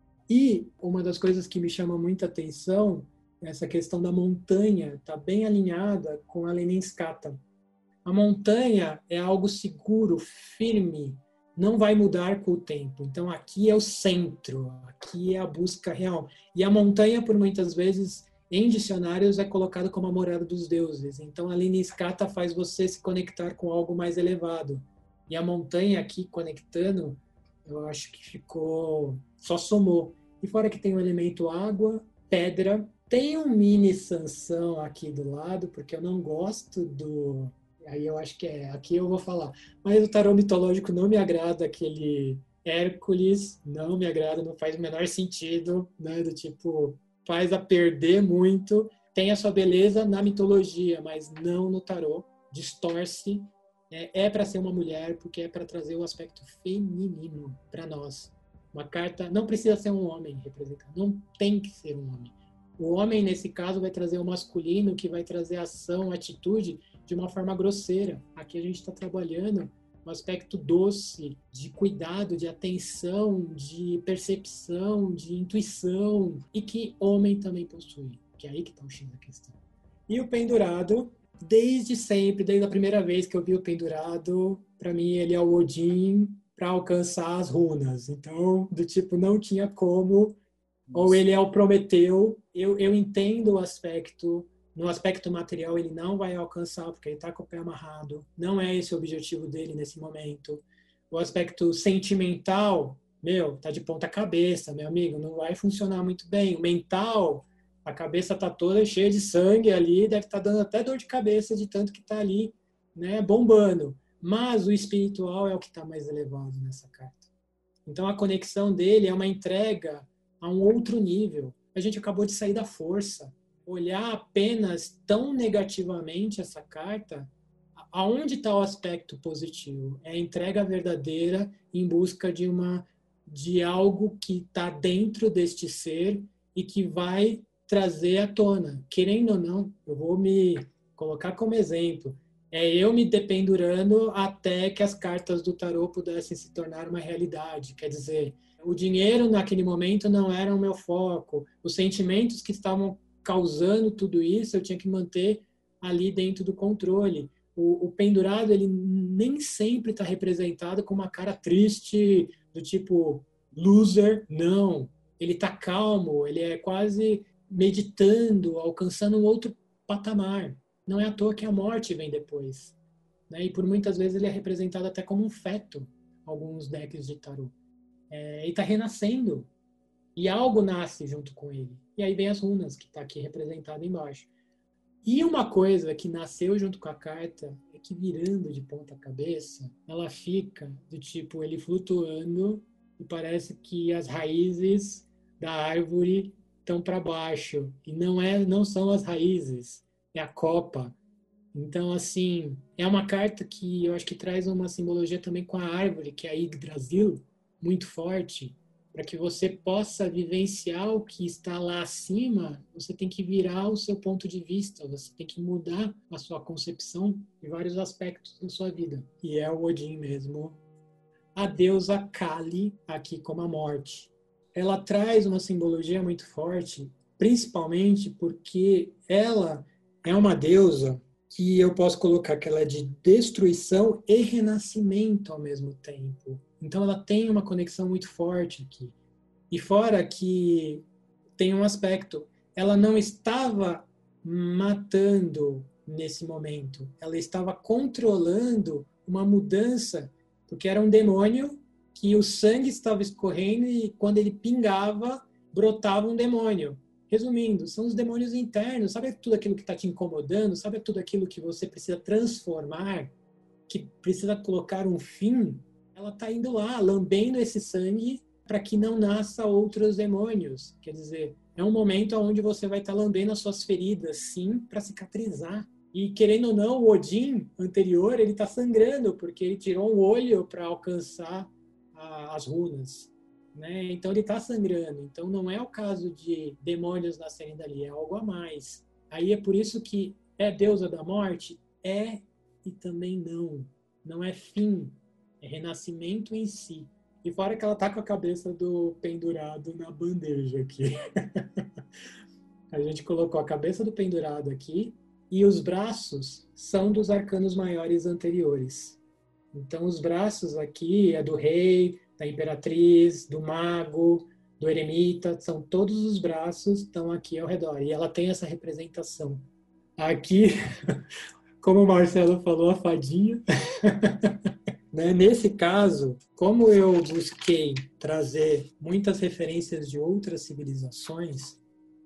E uma das coisas que me chama muita atenção, essa questão da montanha, está bem alinhada com a Lemniscata. A montanha é algo seguro, firme, não vai mudar com o tempo. Então, aqui é o centro, aqui é a busca real. E a montanha, por muitas vezes, em dicionários, é colocada como a morada dos deuses. Então, a Lemniscata faz você se conectar com algo mais elevado. E a montanha aqui, conectando, eu acho que ficou... só somou. E fora que tem o elemento água, pedra, tem um mini Sansão aqui do lado, porque eu não gosto do... Aí eu acho que é, aqui eu vou falar. Mas o tarô mitológico não me agrada, aquele Hércules não me agrada, não faz o menor sentido, né? Do tipo, faz a perder muito. Tem a sua beleza na mitologia, mas não no tarô. Distorce. É, é para ser uma mulher, porque é para trazer o aspecto feminino para nós. Uma carta não precisa ser um homem representado, não tem que ser um homem. O homem, nesse caso, vai trazer o masculino, que vai trazer ação, atitude, de uma forma grosseira. Aqui a gente está trabalhando um aspecto doce, de cuidado, de atenção, de percepção, de intuição, e que homem também possui, que é aí que está o X da questão. E o pendurado, desde sempre, desde a primeira vez que eu vi o pendurado, para mim ele é o Odin para alcançar as runas. Então, do tipo, não tinha como, ou ele é o Prometeu. Eu, eu entendo o aspecto... No aspecto material, ele não vai alcançar, porque ele está com o pé amarrado. Não é esse o objetivo dele nesse momento. O aspecto sentimental, meu, tá de ponta cabeça, meu amigo, não vai funcionar muito bem. O mental, a cabeça tá toda cheia de sangue ali, deve estar tá dando até dor de cabeça de tanto que tá ali, né, bombando. Mas o espiritual é o que está mais elevado nessa carta. Então, a conexão dele é uma entrega a um outro nível. A gente acabou de sair da força. Olhar apenas tão negativamente essa carta, aonde está o aspecto positivo? É a entrega verdadeira em busca de, uma, de algo que está dentro deste ser e que vai trazer à tona. Querendo ou não, eu vou me colocar como exemplo. É eu me dependurando até que as cartas do tarô pudessem se tornar uma realidade. Quer dizer, o dinheiro naquele momento não era o meu foco. Os sentimentos que estavam causando tudo isso, eu tinha que manter ali dentro do controle. O, o pendurado, ele nem sempre está representado com uma cara triste, do tipo loser, não. Ele está calmo, ele é quase meditando, alcançando um outro patamar. Não é à toa que a morte vem depois, né? E por muitas vezes ele é representado até como um feto, alguns decks de tarô. É, ele está renascendo, e algo nasce junto com ele. E aí vem as runas, que está aqui representada embaixo. E uma coisa que nasceu junto com a carta é que, virando de ponta cabeça, ela fica do tipo, ele flutuando, e parece que as raízes da árvore estão para baixo. E não, é, não são as raízes, é a copa. Então, assim, é uma carta que eu acho que traz uma simbologia também com a árvore, que é a Yggdrasil, muito forte. Para que você possa vivenciar o que está lá acima, você tem que virar o seu ponto de vista, você tem que mudar a sua concepção de vários aspectos da sua vida. E é o Odin mesmo. A deusa Kali, aqui como a morte. Ela traz uma simbologia muito forte, principalmente porque ela é uma deusa que eu posso colocar que ela é de destruição e renascimento ao mesmo tempo. Então ela tem uma conexão muito forte aqui. E fora que tem um aspecto, ela não estava matando nesse momento, ela estava controlando uma mudança, porque era um demônio que o sangue estava escorrendo e quando ele pingava, brotava um demônio. Resumindo, são os demônios internos, sabe tudo aquilo que está te incomodando, sabe tudo aquilo que você precisa transformar, que precisa colocar um fim? Ela está indo lá, lambendo esse sangue para que não nasça outros demônios. Quer dizer, é um momento onde você vai estar tá lambendo as suas feridas, sim, para cicatrizar. E, querendo ou não, o Odin anterior, ele está sangrando, porque ele tirou um olho para alcançar a, as runas. Né? Então, ele está sangrando. Então, não é o caso de demônios nascerem dali, é algo a mais. Aí é por isso que é deusa da morte? É e também não. Não é fim, é renascimento em si. E fora que ela está com a cabeça do pendurado na bandeja aqui. A gente colocou a cabeça do pendurado aqui, e os braços são dos arcanos maiores anteriores. Então, os braços aqui é do rei, da imperatriz, do mago, do eremita, são todos os braços estão aqui ao redor. E ela tem essa representação. Aqui, como o Marcelo falou, a fadinha. Né? Nesse caso, como eu busquei trazer muitas referências de outras civilizações,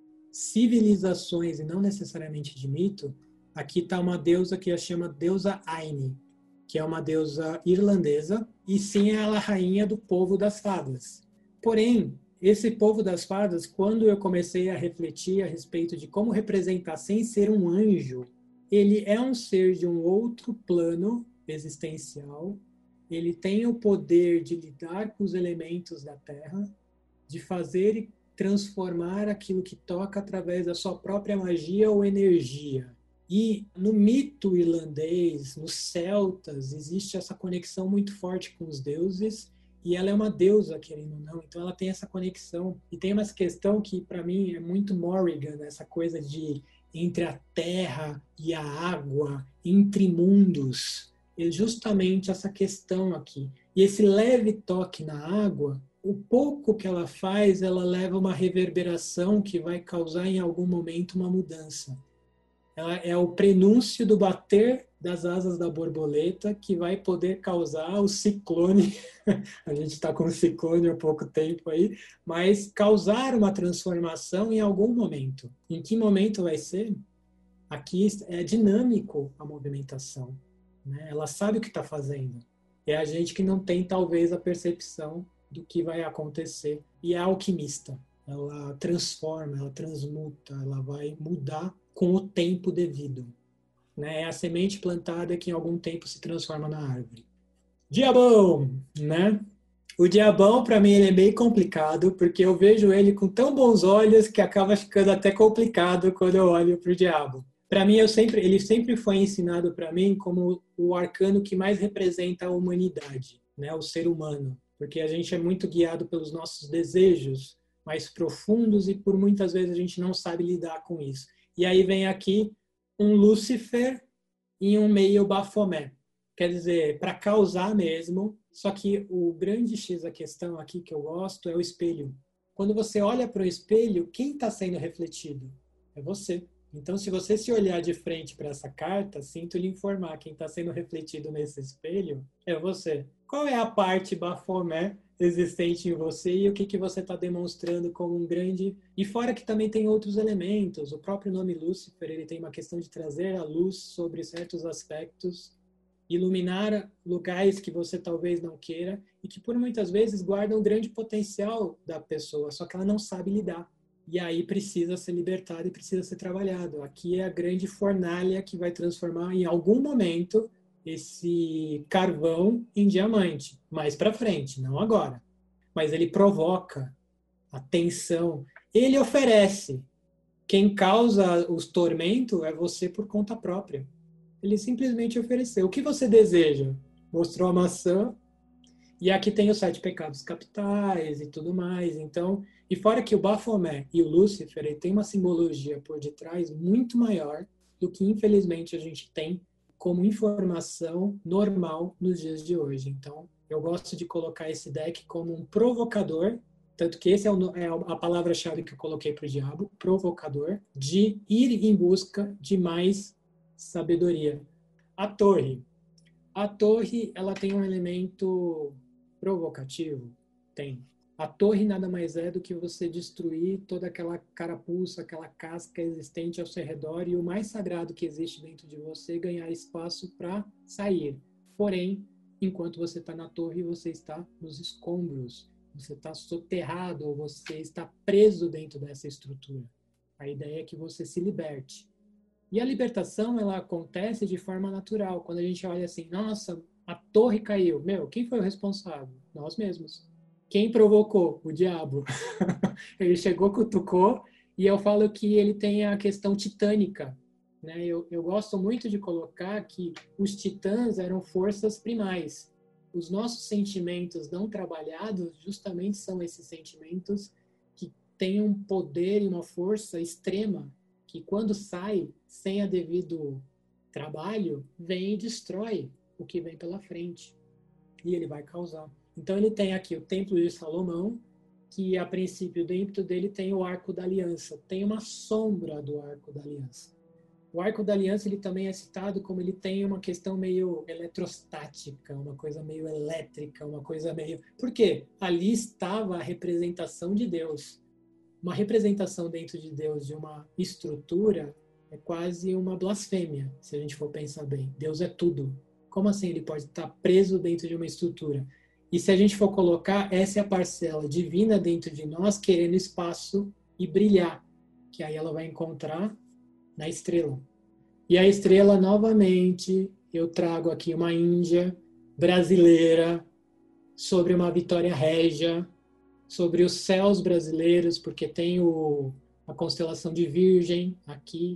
civilizações e não necessariamente de mito, aqui está uma deusa que a chama deusa Aine, que é uma deusa irlandesa, e sim ela é a rainha do povo das fadas. Porém, esse povo das fadas, quando eu comecei a refletir a respeito de como representar sem ser um anjo, ele é um ser de um outro plano existencial, ele tem o poder de lidar com os elementos da terra, de fazer e transformar aquilo que toca através da sua própria magia ou energia. E no mito irlandês, nos celtas, existe essa conexão muito forte com os deuses, e ela é uma deusa, querendo ou não, então ela tem essa conexão. E tem uma questão que, para mim, é muito Morrigan, essa coisa de entre a terra e a água, entre mundos. É justamente essa questão aqui. E esse leve toque na água, o pouco que ela faz, ela leva uma reverberação que vai causar em algum momento uma mudança. Ela é o prenúncio do bater das asas da borboleta que vai poder causar o ciclone. A gente está com o ciclone há pouco tempo aí, mas causar uma transformação em algum momento. Em que momento vai ser? Aqui é dinâmico a movimentação. Né? Ela sabe o que está fazendo. É a gente que não tem, talvez, a percepção do que vai acontecer. E é alquimista. Ela transforma, ela transmuta, ela vai mudar com o tempo devido. Né? É a semente plantada que em algum tempo se transforma na árvore. Diabão, né? O diabão, para mim, ele é bem complicado, porque eu vejo ele com tão bons olhos que acaba ficando até complicado quando eu olho para o diabo. Para mim, eu sempre, ele sempre foi ensinado para mim como o arcano que mais representa a humanidade, né? O ser humano. Porque a gente é muito guiado pelos nossos desejos mais profundos e por muitas vezes a gente não sabe lidar com isso. E aí vem aqui um Lúcifer e um meio Bafomé. Quer dizer, para causar mesmo, só que o grande X da questão aqui que eu gosto é o espelho. Quando você olha para o espelho, quem está sendo refletido? É você. Então, se você se olhar de frente para essa carta, sinto lhe informar, quem está sendo refletido nesse espelho é você. Qual é a parte Bafomé existente em você e o que, que você está demonstrando como um grande... E fora que também tem outros elementos. O próprio nome Lúcifer, ele tem uma questão de trazer a luz sobre certos aspectos, iluminar lugares que você talvez não queira e que por muitas vezes guardam um grande potencial da pessoa, só que ela não sabe lidar. E aí precisa ser libertado e precisa ser trabalhado. Aqui é a grande fornalha que vai transformar em algum momento esse carvão em diamante. Mais para frente, não agora. Mas ele provoca a tensão. Ele oferece. Quem causa os tormentos é você por conta própria. Ele simplesmente ofereceu. O que você deseja? Mostrou a maçã. E aqui tem os sete pecados capitais e tudo mais. Então, e fora que o Bafomé e o Lúcifer, ele tem uma simbologia por detrás muito maior do que, infelizmente, a gente tem como informação normal nos dias de hoje. Então, eu gosto de colocar esse deck como um provocador, tanto que esse é, o, é a palavra-chave que eu coloquei para o diabo, provocador, de ir em busca de mais sabedoria. A torre. A torre, ela tem um elemento provocativo? Tem. A torre nada mais é do que você destruir toda aquela carapuça, aquela casca existente ao seu redor e o mais sagrado que existe dentro de você ganhar espaço para sair. Porém, enquanto você está na torre, você está nos escombros, você está soterrado ou você está preso dentro dessa estrutura. A ideia é que você se liberte. E a libertação, ela acontece de forma natural. Quando a gente olha assim, nossa, a torre caiu. Meu, quem foi o responsável? Nós mesmos. Quem provocou? O diabo. Ele chegou, cutucou, e eu falo que ele tem a questão titânica. Né? Eu, eu gosto muito de colocar que os titãs eram forças primais. Os nossos sentimentos não trabalhados justamente são esses sentimentos que têm um poder e uma força extrema, que quando sai sem a devido trabalho, vem e destrói o que vem pela frente. E ele vai causar. Então ele tem aqui o Templo de Salomão, que a princípio dentro dele tem o Arco da Aliança. Tem uma sombra do Arco da Aliança. O Arco da Aliança ele também é citado como ele tem uma questão meio eletrostática, uma coisa meio elétrica, uma coisa meio... Por quê? Ali estava a representação de Deus. Uma representação dentro de Deus de uma estrutura é quase uma blasfêmia, se a gente for pensar bem. Deus é tudo. Como assim ele pode estar preso dentro de uma estrutura? E se a gente for colocar, essa é a parcela divina dentro de nós querendo espaço e brilhar, que aí ela vai encontrar na estrela. E a estrela, novamente, eu trago aqui uma Índia brasileira sobre uma Vitória Régia, sobre os céus brasileiros, porque tem o, a constelação de Virgem aqui.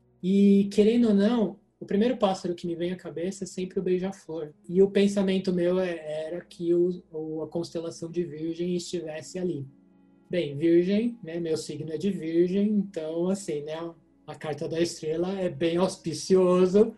E, querendo ou não, o primeiro pássaro que me vem à cabeça é sempre o beija-flor. E o pensamento meu é, era que o, a constelação de Virgem estivesse ali. Bem, Virgem, né, meu signo é de Virgem, então, assim, né, a carta da estrela é bem auspicioso.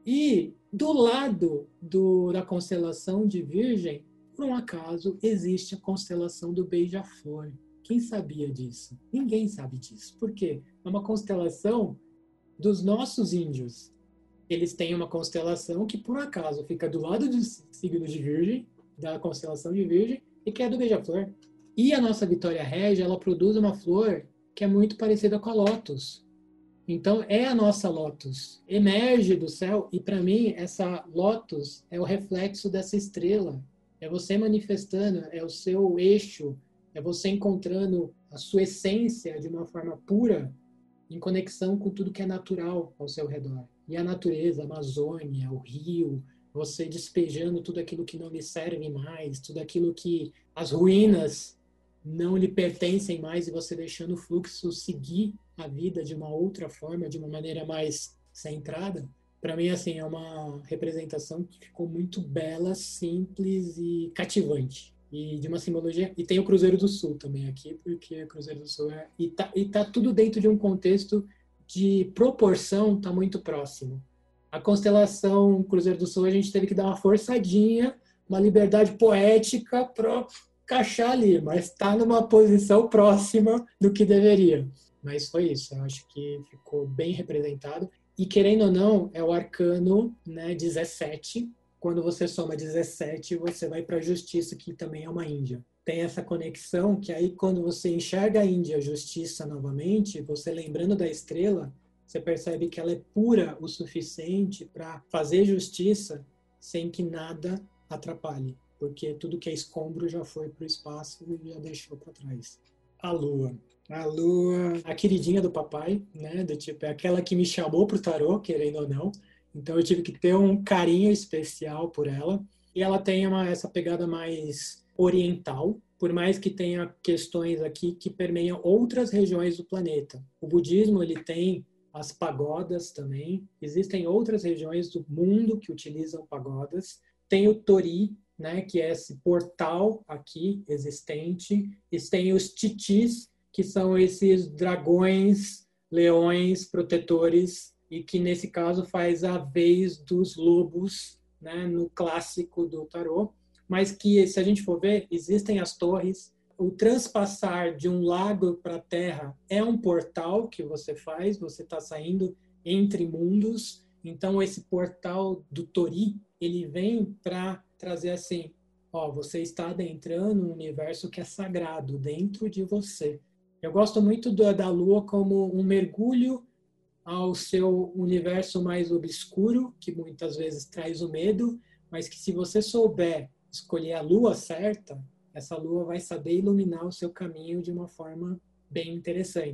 E do lado do, da constelação de Virgem, por um acaso, existe a constelação do beija-flor. Quem sabia disso? Ninguém sabe disso. Por quê? É uma constelação dos nossos índios. Eles têm uma constelação que, por acaso, fica do lado do signo de Virgem, da constelação de Virgem, e que é do beija-flor. E a nossa Vitória Régia, ela produz uma flor que é muito parecida com a lótus. Então, é a nossa lótus. Emerge do céu, e para mim, essa lótus é o reflexo dessa estrela. É você manifestando, é o seu eixo, é você encontrando a sua essência de uma forma pura, em conexão com tudo que é natural ao seu redor. E a natureza, a Amazônia, o rio, você despejando tudo aquilo que não lhe serve mais, tudo aquilo que as ruínas não lhe pertencem mais, e você deixando o fluxo seguir a vida de uma outra forma, de uma maneira mais centrada. Para mim, assim, é uma representação que ficou muito bela, simples e cativante. E de uma simbologia... E tem o Cruzeiro do Sul também aqui, porque o Cruzeiro do Sul é... E tá, e tá tudo dentro de um contexto de proporção, tá muito próximo. A constelação Cruzeiro do Sul, a gente teve que dar uma forçadinha, uma liberdade poética para encaixar ali, mas está numa posição próxima do que deveria. Mas foi isso, eu acho que ficou bem representado. E, querendo ou não, é o arcano, né, dezessete. Quando você soma dezessete, você vai para a justiça, que também é uma Índia. Tem essa conexão que aí, quando você enxerga a Índia, a justiça novamente, você lembrando da estrela, você percebe que ela é pura o suficiente para fazer justiça sem que nada atrapalhe. Porque tudo que é escombro já foi para o espaço e já deixou para trás. A Lua. A Lua, a queridinha do papai, né? Do tipo, é aquela que me chamou pro tarô, querendo ou não. Então eu tive que ter um carinho especial por ela. E ela tem uma, essa pegada mais oriental, por mais que tenha questões aqui que permeiam outras regiões do planeta. O budismo, ele tem as pagodas também. Existem outras regiões do mundo que utilizam pagodas. Tem o Tori, né, que é esse portal aqui existente. E tem os titis, que são esses dragões, leões, protetores, e que nesse caso faz a vez dos lobos, né, no clássico do tarô. Mas que, se a gente for ver, existem as torres. O transpassar de um lago para a terra é um portal que você faz, você está saindo entre mundos. Então, esse portal do Tori, ele vem para trazer assim, ó, você está adentrando um universo que é sagrado dentro de você. Eu gosto muito da Lua como um mergulho ao seu universo mais obscuro, que muitas vezes traz o medo, mas que, se você souber escolher a Lua certa, essa Lua vai saber iluminar o seu caminho de uma forma bem interessante.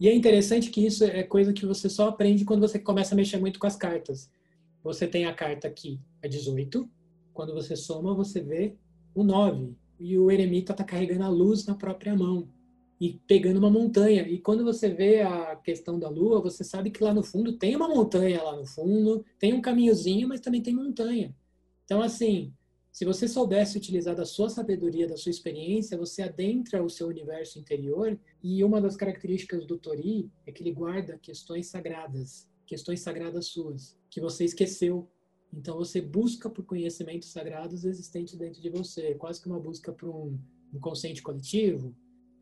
E é interessante que isso é coisa que você só aprende quando você começa a mexer muito com as cartas. Você tem a carta aqui, a dezoito. Quando você soma, você vê o nove. E o eremita está carregando a luz na própria mão e pegando uma montanha. E quando você vê a questão da lua, você sabe que lá no fundo tem uma montanha lá no fundo, tem um caminhozinho, mas também tem montanha. Então, assim, se você soubesse utilizar da sua sabedoria, da sua experiência, você adentra o seu universo interior. E uma das características do Tori é que ele guarda questões sagradas, questões sagradas suas, que você esqueceu. Então, você busca por conhecimentos sagrados existentes dentro de você, quase que uma busca por um inconsciente coletivo,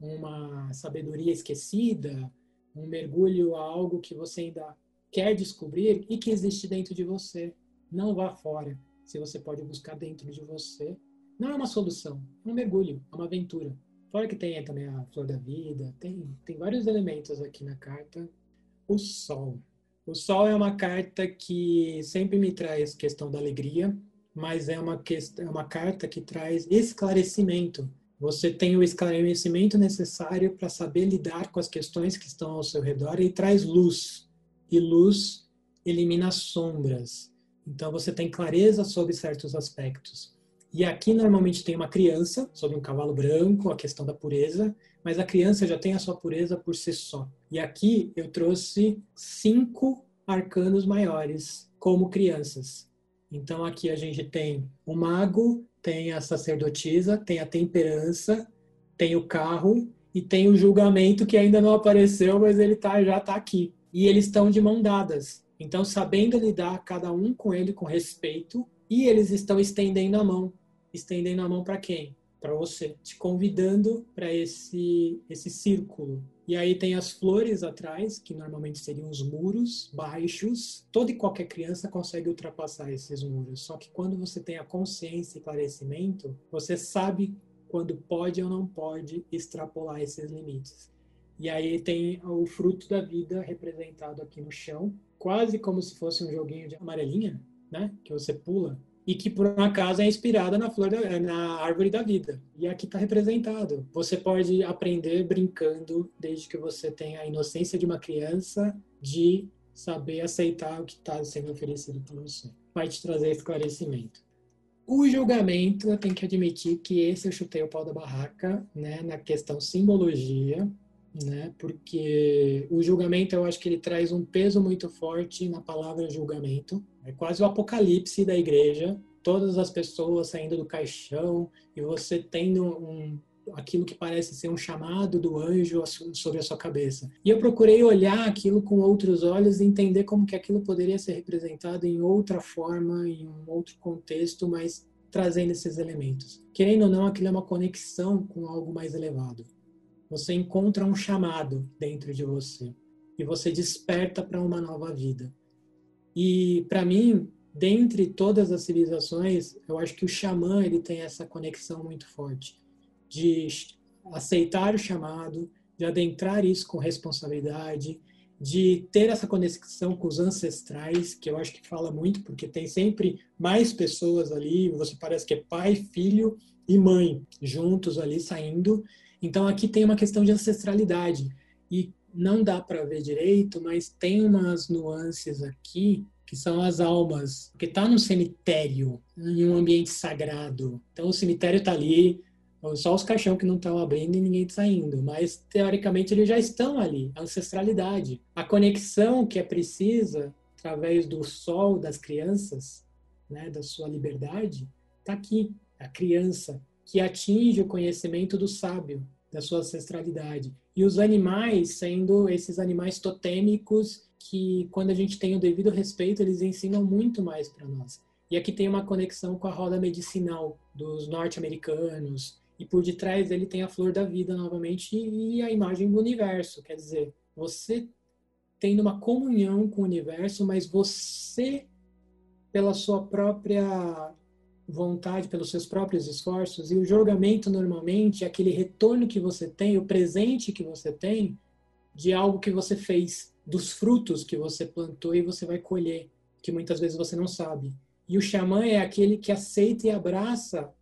uma sabedoria esquecida, um mergulho a algo que você ainda quer descobrir e que existe dentro de você. Não vá fora. Se você pode buscar dentro de você, não é uma solução, é um mergulho, é uma aventura. Fora que tem também a flor da vida, tem, tem vários elementos aqui na carta. O Sol. O Sol é uma carta que sempre me traz questão da alegria, mas é uma, questão, é uma carta que traz esclarecimento. Você tem o esclarecimento necessário para saber lidar com as questões que estão ao seu redor e traz luz. E luz elimina sombras. Então você tem clareza sobre certos aspectos. E aqui normalmente tem uma criança, sobre um cavalo branco, a questão da pureza, mas a criança já tem a sua pureza por si só. E aqui eu trouxe cinco arcanos maiores como crianças. Então aqui a gente tem o mago, tem a sacerdotisa, tem a temperança, tem o carro e tem o julgamento que ainda não apareceu, mas ele tá, já está aqui. E eles estão de mão dadas. Então, sabendo lidar cada um com ele com respeito, e eles estão estendendo a mão. Estendendo a mão para quem? Para você, te convidando para esse, esse círculo. E aí tem as flores atrás, que normalmente seriam os muros baixos. Toda e qualquer criança consegue ultrapassar esses muros. Só que quando você tem a consciência e esclarecimento, você sabe quando pode ou não pode extrapolar esses limites. E aí tem o fruto da vida representado aqui no chão, quase como se fosse um joguinho de amarelinha, né? Que você pula. E que, por um acaso, é inspirada na flor da, na árvore da vida. E aqui está representado. Você pode aprender brincando, desde que você tenha a inocência de uma criança, de saber aceitar o que está sendo oferecido por você. Vai te trazer esclarecimento. O julgamento, eu tenho que admitir que esse eu chutei o pau da barraca, né, na questão simbologia, né, porque o julgamento, eu acho que ele traz um peso muito forte na palavra julgamento. É quase o apocalipse da igreja, todas as pessoas saindo do caixão e você tendo um, aquilo que parece ser um chamado do anjo sobre a sua cabeça. E eu procurei olhar aquilo com outros olhos e entender como que aquilo poderia ser representado em outra forma, em um outro contexto, mas trazendo esses elementos. Querendo ou não, aquilo é uma conexão com algo mais elevado. Você encontra um chamado dentro de você e você desperta para uma nova vida. E, para mim, dentre todas as civilizações, eu acho que o xamã ele tem essa conexão muito forte de aceitar o chamado, de adentrar isso com responsabilidade, de ter essa conexão com os ancestrais, que eu acho que fala muito, porque tem sempre mais pessoas ali, você parece que é pai, filho e mãe juntos ali saindo. Então aqui tem uma questão de ancestralidade e não dá para ver direito, mas tem umas nuances aqui que são as almas, porque está no cemitério, em um ambiente sagrado. Então o cemitério está ali, só os caixão que não estão abrindo e ninguém saindo, mas teoricamente eles já estão ali, a ancestralidade. A conexão que é precisa, através do sol das crianças, né, da sua liberdade, está aqui, a criança, que atinge o conhecimento do sábio, da sua ancestralidade. E os animais sendo esses animais totêmicos que, quando a gente tem o devido respeito, eles ensinam muito mais para nós. E aqui tem uma conexão com a roda medicinal dos norte-americanos. E por detrás dele tem a flor da vida novamente e a imagem do universo. Quer dizer, você tendo uma comunhão com o universo, mas você, pela sua própria vontade, pelos seus próprios esforços, e o julgamento normalmente é aquele retorno que você tem, o presente que você tem de algo que você fez, dos frutos que você plantou e você vai colher, que muitas vezes você não sabe. E o xamã é aquele que aceita e abraça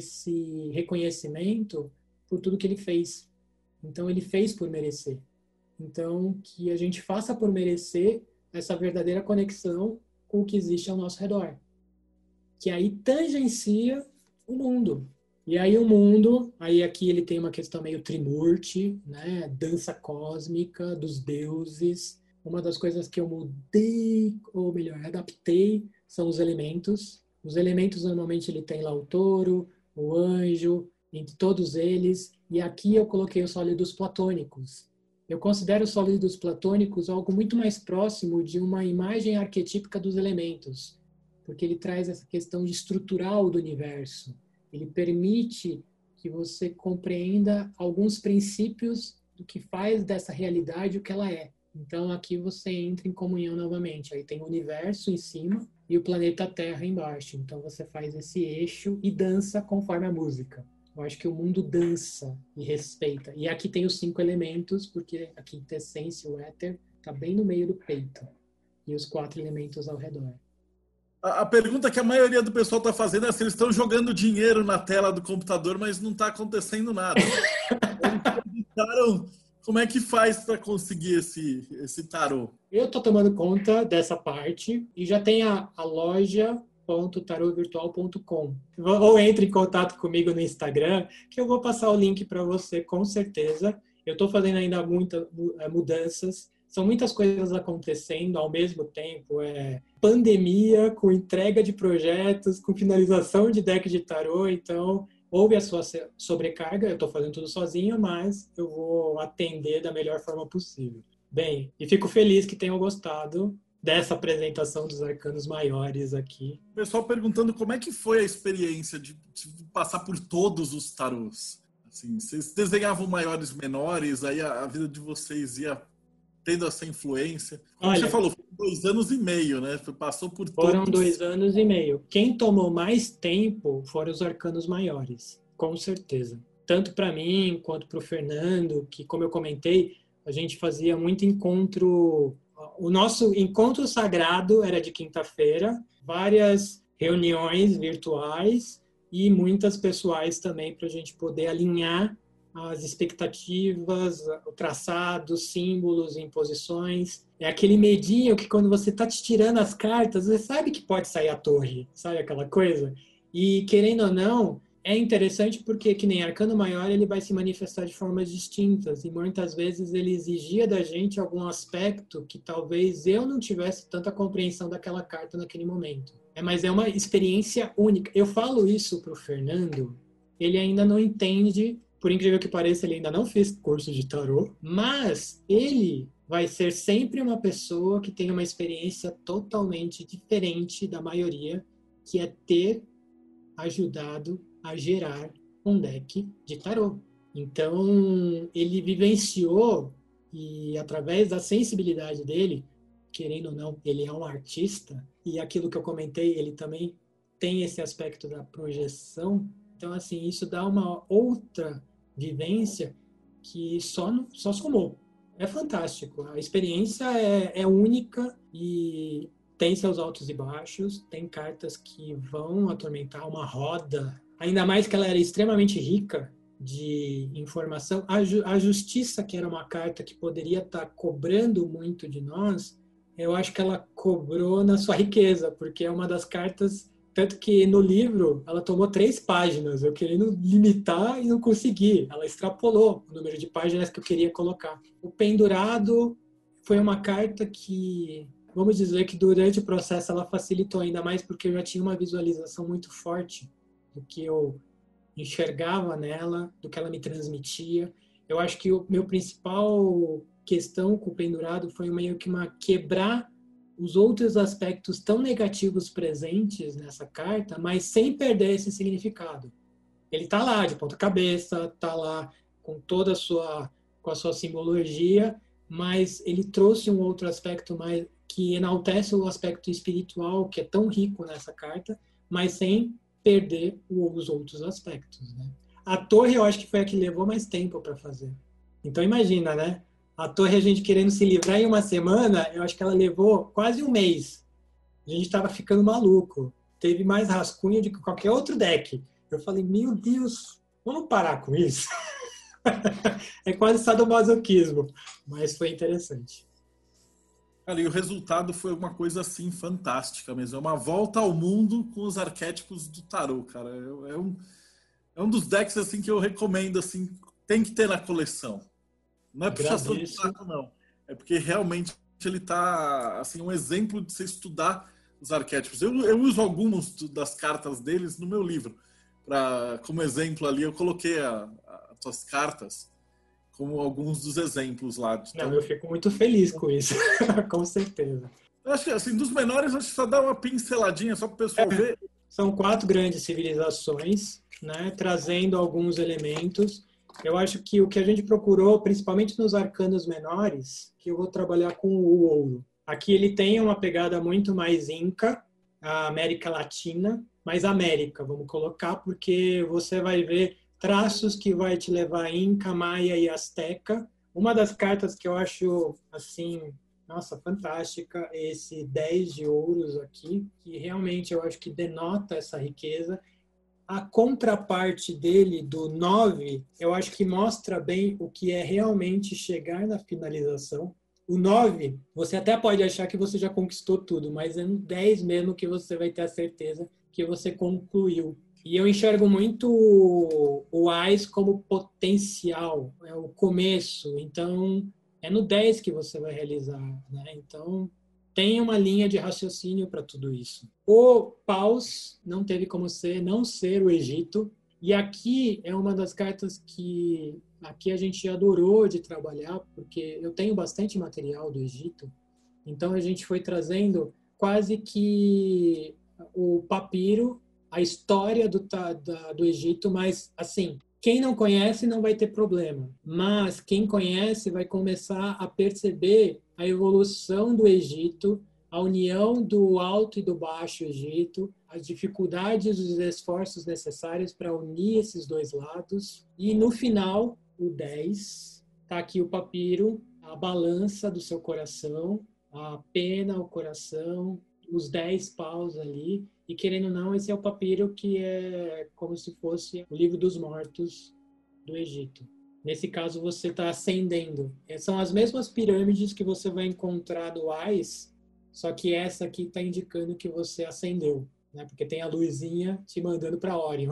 esse reconhecimento por tudo que ele fez. Então ele fez por merecer. Então, que a gente faça por merecer essa verdadeira conexão com o que existe ao nosso redor. Que aí tangencia o mundo. E aí o mundo, aí aqui ele tem uma questão meio trimurti, né? Dança cósmica dos deuses. Uma das coisas que eu mudei, ou melhor, adaptei, são os elementos. Os elementos normalmente ele tem lá o touro, o anjo, entre todos eles. E aqui eu coloquei os sólidos platônicos. Eu considero os sólidos platônicos algo muito mais próximo de uma imagem arquetípica dos elementos, porque ele traz essa questão de estrutural do universo. Ele permite que você compreenda alguns princípios do que faz dessa realidade o que ela é. Então aqui você entra em comunhão novamente. Aí tem o universo em cima e o planeta Terra embaixo. Então você faz esse eixo e dança conforme a música. Eu acho que o mundo dança e respeita. E aqui tem os cinco elementos, porque a quintessência, o éter, está bem no meio do peito. E os quatro elementos ao redor. A pergunta que a maioria do pessoal está fazendo é se eles estão jogando dinheiro na tela do computador, mas não está acontecendo nada. Eles perguntaram como é que faz para conseguir esse, esse tarô. Eu estou tomando conta dessa parte e já tem a, a loja ponto tarô virtual ponto com. Ou entre em contato comigo no Instagram, que eu vou passar o link para você, com certeza. Eu estou fazendo ainda muitas mudanças. São muitas coisas acontecendo ao mesmo tempo. É pandemia, com entrega de projetos, com finalização de deck de tarô. Então, houve a sua sobrecarga. Eu estou fazendo tudo sozinho, mas eu vou atender da melhor forma possível. Bem, e fico feliz que tenham gostado dessa apresentação dos arcanos maiores aqui. O pessoal perguntando como é que foi a experiência de, de passar por todos os tarôs. Assim, vocês desenhavam maiores, menores, aí a, a vida de vocês ia tendo essa influência. Como Olha, você falou, foram dois anos e meio, né? Passou por foram todos. dois anos e meio. Quem tomou mais tempo foram os arcanos maiores, com certeza. Tanto para mim quanto para o Fernando, que, como eu comentei, a gente fazia muito encontro. O nosso encontro sagrado era de quinta-feira, várias reuniões virtuais e muitas pessoais também para a gente poder alinhar as expectativas, o traçado, símbolos, imposições. É aquele medinho que quando você está te tirando as cartas, você sabe que pode sair a torre, sabe aquela coisa? E querendo ou não, é interessante porque, que nem Arcano Maior, ele vai se manifestar de formas distintas e muitas vezes ele exigia da gente algum aspecto que talvez eu não tivesse tanta compreensão daquela carta naquele momento. É, mas é uma experiência única. Eu falo isso para o Fernando, ele ainda não entende, por incrível que pareça, ele ainda não fez curso de tarô, mas ele vai ser sempre uma pessoa que tem uma experiência totalmente diferente da maioria, que é ter ajudado a gerar um deck de tarô. Então, ele vivenciou e, através da sensibilidade dele, querendo ou não, ele é um artista, e aquilo que eu comentei, ele também tem esse aspecto da projeção. Então, assim, isso dá uma outra vivência que só, só somou. É fantástico. A experiência é, é única e tem seus altos e baixos, tem cartas que vão atormentar uma roda, ainda mais que ela era extremamente rica de informação. A, ju a justiça, que era uma carta que poderia estar cobrando muito de nós, eu acho que ela cobrou na sua riqueza, porque é uma das cartas, tanto que no livro ela tomou três páginas, eu querendo limitar e não consegui. Ela extrapolou o número de páginas que eu queria colocar. O Pendurado foi uma carta que, vamos dizer que durante o processo ela facilitou ainda mais, porque eu já tinha uma visualização muito forte do que eu enxergava nela, do que ela me transmitia. Eu acho que o meu principal questão com o Pendurado foi meio que uma quebrar os outros aspectos tão negativos presentes nessa carta, mas sem perder esse significado. Ele está lá de ponta cabeça, está lá com toda a sua, com a sua simbologia, mas ele trouxe um outro aspecto mais que enaltece o aspecto espiritual, que é tão rico nessa carta, mas sem perder os outros aspectos, né? A torre, eu acho que foi a que levou mais tempo para fazer. Então, imagina, né? A torre, a gente querendo se livrar em uma semana, eu acho que ela levou quase um mês. A gente estava ficando maluco. Teve mais rascunho do que qualquer outro deck. Eu falei, meu Deus, vamos parar com isso? É quase sadomasoquismo. mas foi interessante. Cara, e o resultado foi uma coisa assim fantástica mesmo. É uma volta ao mundo com os arquétipos do tarô, cara. É, é um, é um dos decks assim que eu recomendo, assim, tem que ter na coleção. Não é puxação de saco, não. É porque realmente ele tá assim um exemplo de você estudar os arquétipos. Eu, eu uso alguns das cartas deles no meu livro. Pra, como exemplo ali, eu coloquei a, a, as suas cartas como alguns dos exemplos lá. Então, não, eu fico muito feliz com isso, com certeza. Eu acho que, assim, dos menores, acho que só dá uma pinceladinha, só para o pessoal é, ver. São quatro grandes civilizações, né, trazendo alguns elementos. Eu acho que o que a gente procurou, principalmente nos arcanos menores, que eu vou trabalhar com o ouro. Aqui ele tem uma pegada muito mais inca, a América Latina, mas América, vamos colocar, porque você vai ver traços que vai te levar a Inca, Maia e Azteca. Uma das cartas que eu acho, assim, nossa, fantástica, é esse dez de ouros aqui, que realmente eu acho que denota essa riqueza. A contraparte dele, do nove, eu acho que mostra bem o que é realmente chegar na finalização. O nove, você até pode achar que você já conquistou tudo, mas é no dez mesmo que você vai ter a certeza que você concluiu. E eu enxergo muito o AIS como potencial, é o começo. Então, é no dez que você vai realizar, né? Então, tem uma linha de raciocínio para tudo isso. O Paus não teve como ser, não ser o Egito. E aqui é uma das cartas que aqui a gente adorou de trabalhar, porque eu tenho bastante material do Egito. Então, a gente foi trazendo quase que o papiro, a história do, da, do Egito, mas, assim, quem não conhece não vai ter problema. Mas quem conhece vai começar a perceber a evolução do Egito, a união do Alto e do Baixo Egito, as dificuldades e os esforços necessários para unir esses dois lados. E, no final, o dez, está aqui o papiro, a balança do seu coração, a pena, o coração, os dez paus ali. E, querendo ou não, esse é o papiro que é como se fosse o livro dos mortos do Egito. Nesse caso, você está ascendendo. São as mesmas pirâmides que você vai encontrar do Ais, só que essa aqui está indicando que você ascendeu, né? Porque tem a luzinha te mandando para Órion.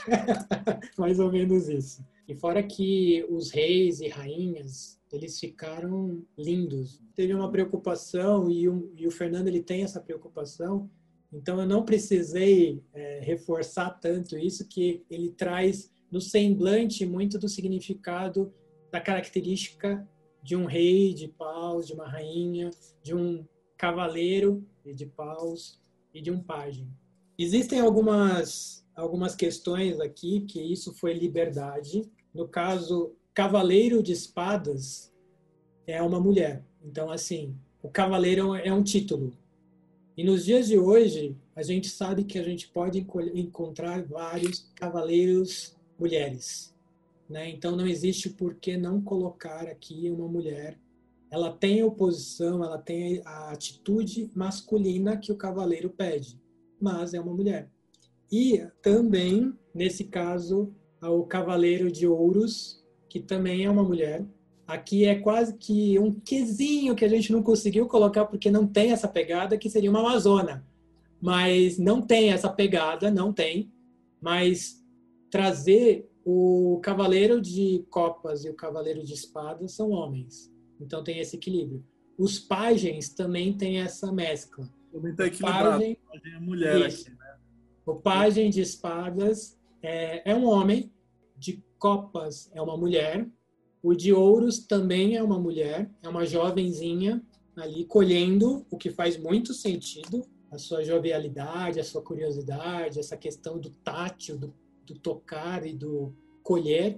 Mais ou menos isso. E fora que os reis e rainhas, eles ficaram lindos. Teve uma preocupação, e o, e o Fernando ele tem essa preocupação. Então, eu não precisei é, reforçar tanto isso, que ele traz no semblante muito do significado da característica de um rei de paus, de uma rainha, de um cavaleiro de paus e de um pajem. Existem algumas, algumas questões aqui que isso foi liberdade. No caso, cavaleiro de espadas é uma mulher. Então, assim, o cavaleiro é um título. E nos dias de hoje, a gente sabe que a gente pode encontrar vários cavaleiros mulheres, né? Então, não existe por que não colocar aqui uma mulher. Ela tem oposição, ela tem a atitude masculina que o cavaleiro pede, mas é uma mulher. E também, nesse caso, o cavaleiro de ouros, que também é uma mulher. Aqui é quase que um quezinho que a gente não conseguiu colocar porque não tem essa pegada, que seria uma amazona. Mas não tem essa pegada, não tem. Mas trazer o cavaleiro de copas e o cavaleiro de espadas são homens. Então tem esse equilíbrio. Os pajens também têm essa mescla. Também está equilibrado. Pajem, o pajem é mulher isso. aqui, né? O pajem de espadas é, é um homem, de copas é uma mulher. O de ouros também é uma mulher, é uma jovenzinha ali colhendo, o que faz muito sentido, a sua jovialidade, a sua curiosidade, essa questão do tátil, do, do tocar e do colher.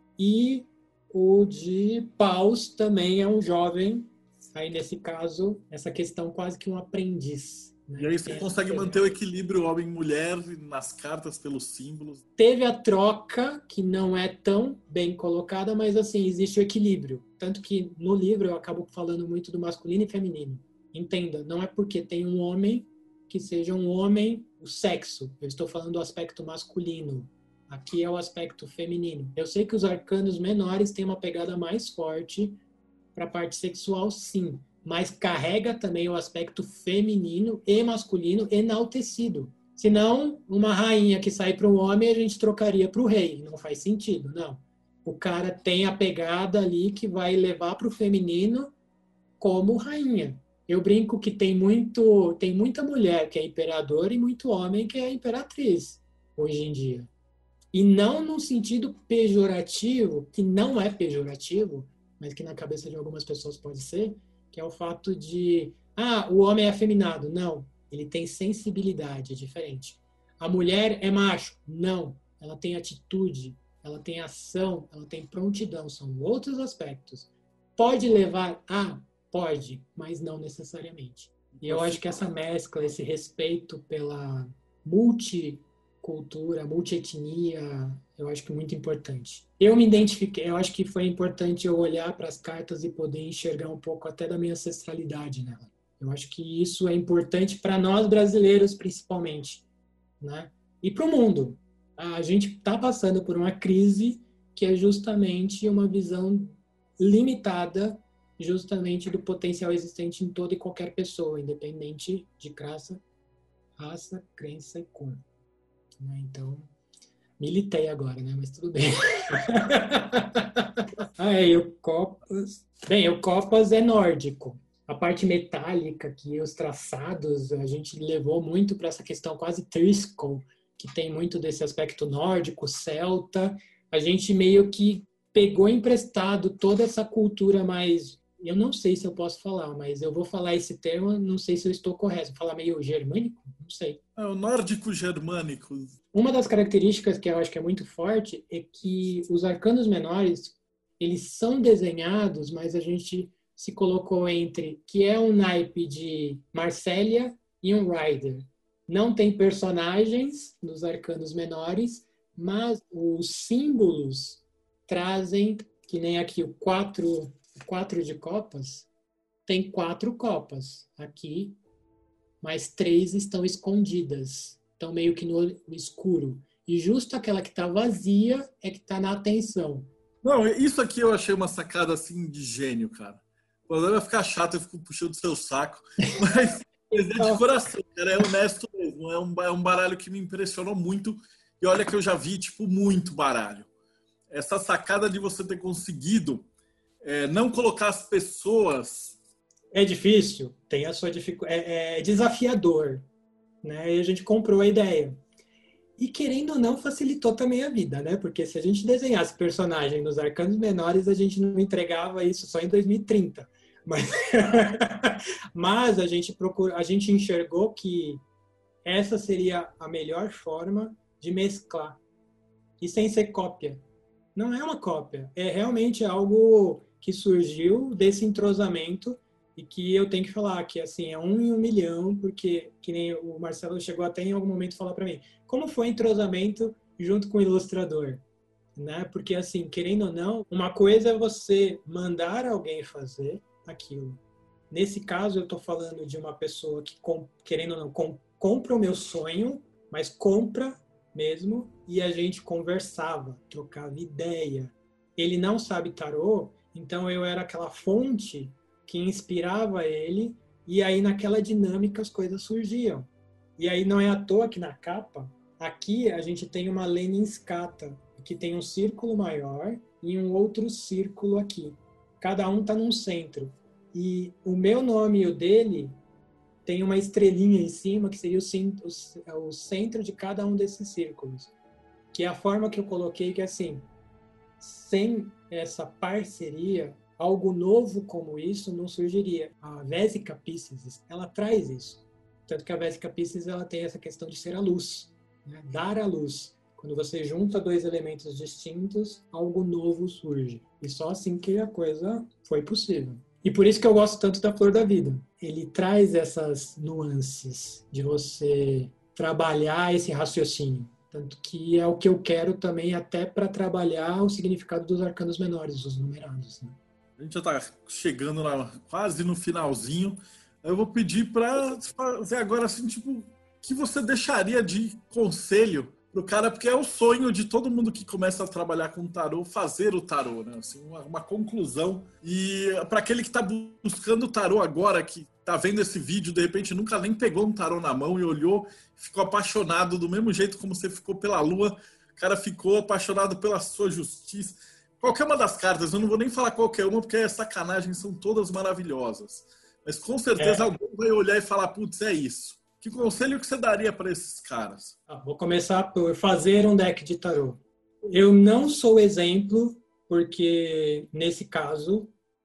E o de paus também é um jovem, aí nesse caso, essa questão quase que um aprendiz. E aí você consegue manter o equilíbrio homem-mulher nas cartas, pelos símbolos. Teve a troca, que não é tão bem colocada, mas assim, existe o equilíbrio. Tanto que no livro eu acabo falando muito do masculino e feminino. Entenda, não é porque tem um homem que seja um homem, o sexo. Eu estou falando do aspecto masculino. Aqui é o aspecto feminino. Eu sei que os arcanos menores têm uma pegada mais forte para a parte sexual, sim. Mas carrega também o aspecto feminino e masculino enaltecido. Senão, uma rainha que sai para um homem, a gente trocaria para o rei. Não faz sentido, não. O cara tem a pegada ali que vai levar para o feminino como rainha. Eu brinco que tem, muito, tem muita mulher que é imperador e muito homem que é imperatriz hoje em dia. E não num sentido pejorativo, que não é pejorativo, mas que na cabeça de algumas pessoas pode ser, que é o fato de, ah, o homem é afeminado. Não, ele tem sensibilidade, é diferente. A mulher é macho. Não, ela tem atitude, ela tem ação, ela tem prontidão, são outros aspectos. Pode levar a... Pode, mas não necessariamente. E eu acho que essa mescla, esse respeito pela multicultura, multietnia, eu acho que é muito importante. Eu me identifiquei, eu acho que foi importante eu olhar para as cartas e poder enxergar um pouco até da minha ancestralidade nela. Eu acho que isso é importante para nós brasileiros, principalmente, né? E para o mundo. A gente está passando por uma crise que é justamente uma visão limitada justamente do potencial existente em toda e qualquer pessoa, independente de raça, raça, crença e cor. Então, militei agora, né? Mas tudo bem. ah, é, e o Copas... Bem, o Copas é nórdico. A parte metálica, que os traçados, a gente levou muito para essa questão quase Triskel, que tem muito desse aspecto nórdico, celta. A gente meio que pegou emprestado toda essa cultura mais... Eu não sei se eu posso falar, mas eu vou falar esse termo, não sei se eu estou correto. Vou falar meio germânico? Não sei. É o nórdico germânico. Uma das características que eu acho que é muito forte é que os arcanos menores, eles são desenhados, mas a gente se colocou entre que é um naipe de Marsella e um Rider. Não tem personagens nos arcanos menores, mas os símbolos trazem, que nem aqui o quatro... quatro de copas, tem quatro copas aqui, mas três estão escondidas, estão meio que no escuro. E justo aquela que está vazia é que está na atenção. Não, isso aqui eu achei uma sacada assim de gênio, cara. Quando vai ficar chato, eu fico puxando o seu saco, mas é de coração, cara, é honesto mesmo. É um, é um baralho que me impressionou muito. E olha que eu já vi, tipo, muito baralho. Essa sacada de você ter conseguido É, não colocar as pessoas... É difícil, tem a sua dificuldade, é, é desafiador, né? E a gente comprou a ideia. E querendo ou não, facilitou também a vida, né? Porque se a gente desenhasse personagem nos arcanos menores, a gente não entregava isso só em dois mil e trinta. Mas, Mas a gente procura, a gente enxergou que essa seria a melhor forma de mesclar. E sem ser cópia. Não é uma cópia, é realmente algo que surgiu desse entrosamento e que eu tenho que falar que assim é um em um milhão, porque que nem o Marcelo chegou até em algum momento falar para mim, como foi entrosamento junto com o ilustrador, né? Porque assim, querendo ou não, uma coisa é você mandar alguém fazer aquilo. Nesse caso eu estou falando de uma pessoa que querendo ou não compra o meu sonho, mas compra mesmo, e a gente conversava, trocava ideia. Ele não sabe tarô, então eu era aquela fonte que inspirava ele, e aí naquela dinâmica as coisas surgiam. E aí não é à toa que na capa, aqui a gente tem uma Leninskata, que tem um círculo maior e um outro círculo aqui. Cada um está num centro. E o meu nome e o dele tem uma estrelinha em cima, que seria o centro de cada um desses círculos. Que é a forma que eu coloquei, que é assim, sem essa parceria, algo novo como isso não surgiria. A Vesica Piscis, ela traz isso. Tanto que a Vesica Piscis, ela tem essa questão de ser a luz, né? Dar a luz. Quando você junta dois elementos distintos, algo novo surge. E só assim que a coisa foi possível. E por isso que eu gosto tanto da Flor da Vida. Ele traz essas nuances de você trabalhar esse raciocínio. Tanto que é o que eu quero também até para trabalhar o significado dos arcanos menores, os numerados, né? A gente já está chegando lá, quase no finalzinho. Eu vou pedir para fazer agora assim, tipo, o que você deixaria de conselho pro cara, porque é o sonho de todo mundo que começa a trabalhar com tarô, fazer o tarô, né? Assim, uma, uma conclusão. E para aquele que está buscando o tarô agora, que tá vendo esse vídeo, de repente nunca nem pegou um tarô na mão e olhou, ficou apaixonado do mesmo jeito como você ficou pela lua, o cara ficou apaixonado pela sua justiça. Qualquer uma das cartas, eu não vou nem falar qualquer uma, porque é sacanagem, são todas maravilhosas. Mas com certeza é. alguém vai olhar e falar, putz, é isso. Que conselho que você daria para esses caras? Ah, vou começar por fazer um deck de tarô. Eu não sou exemplo, porque nesse caso,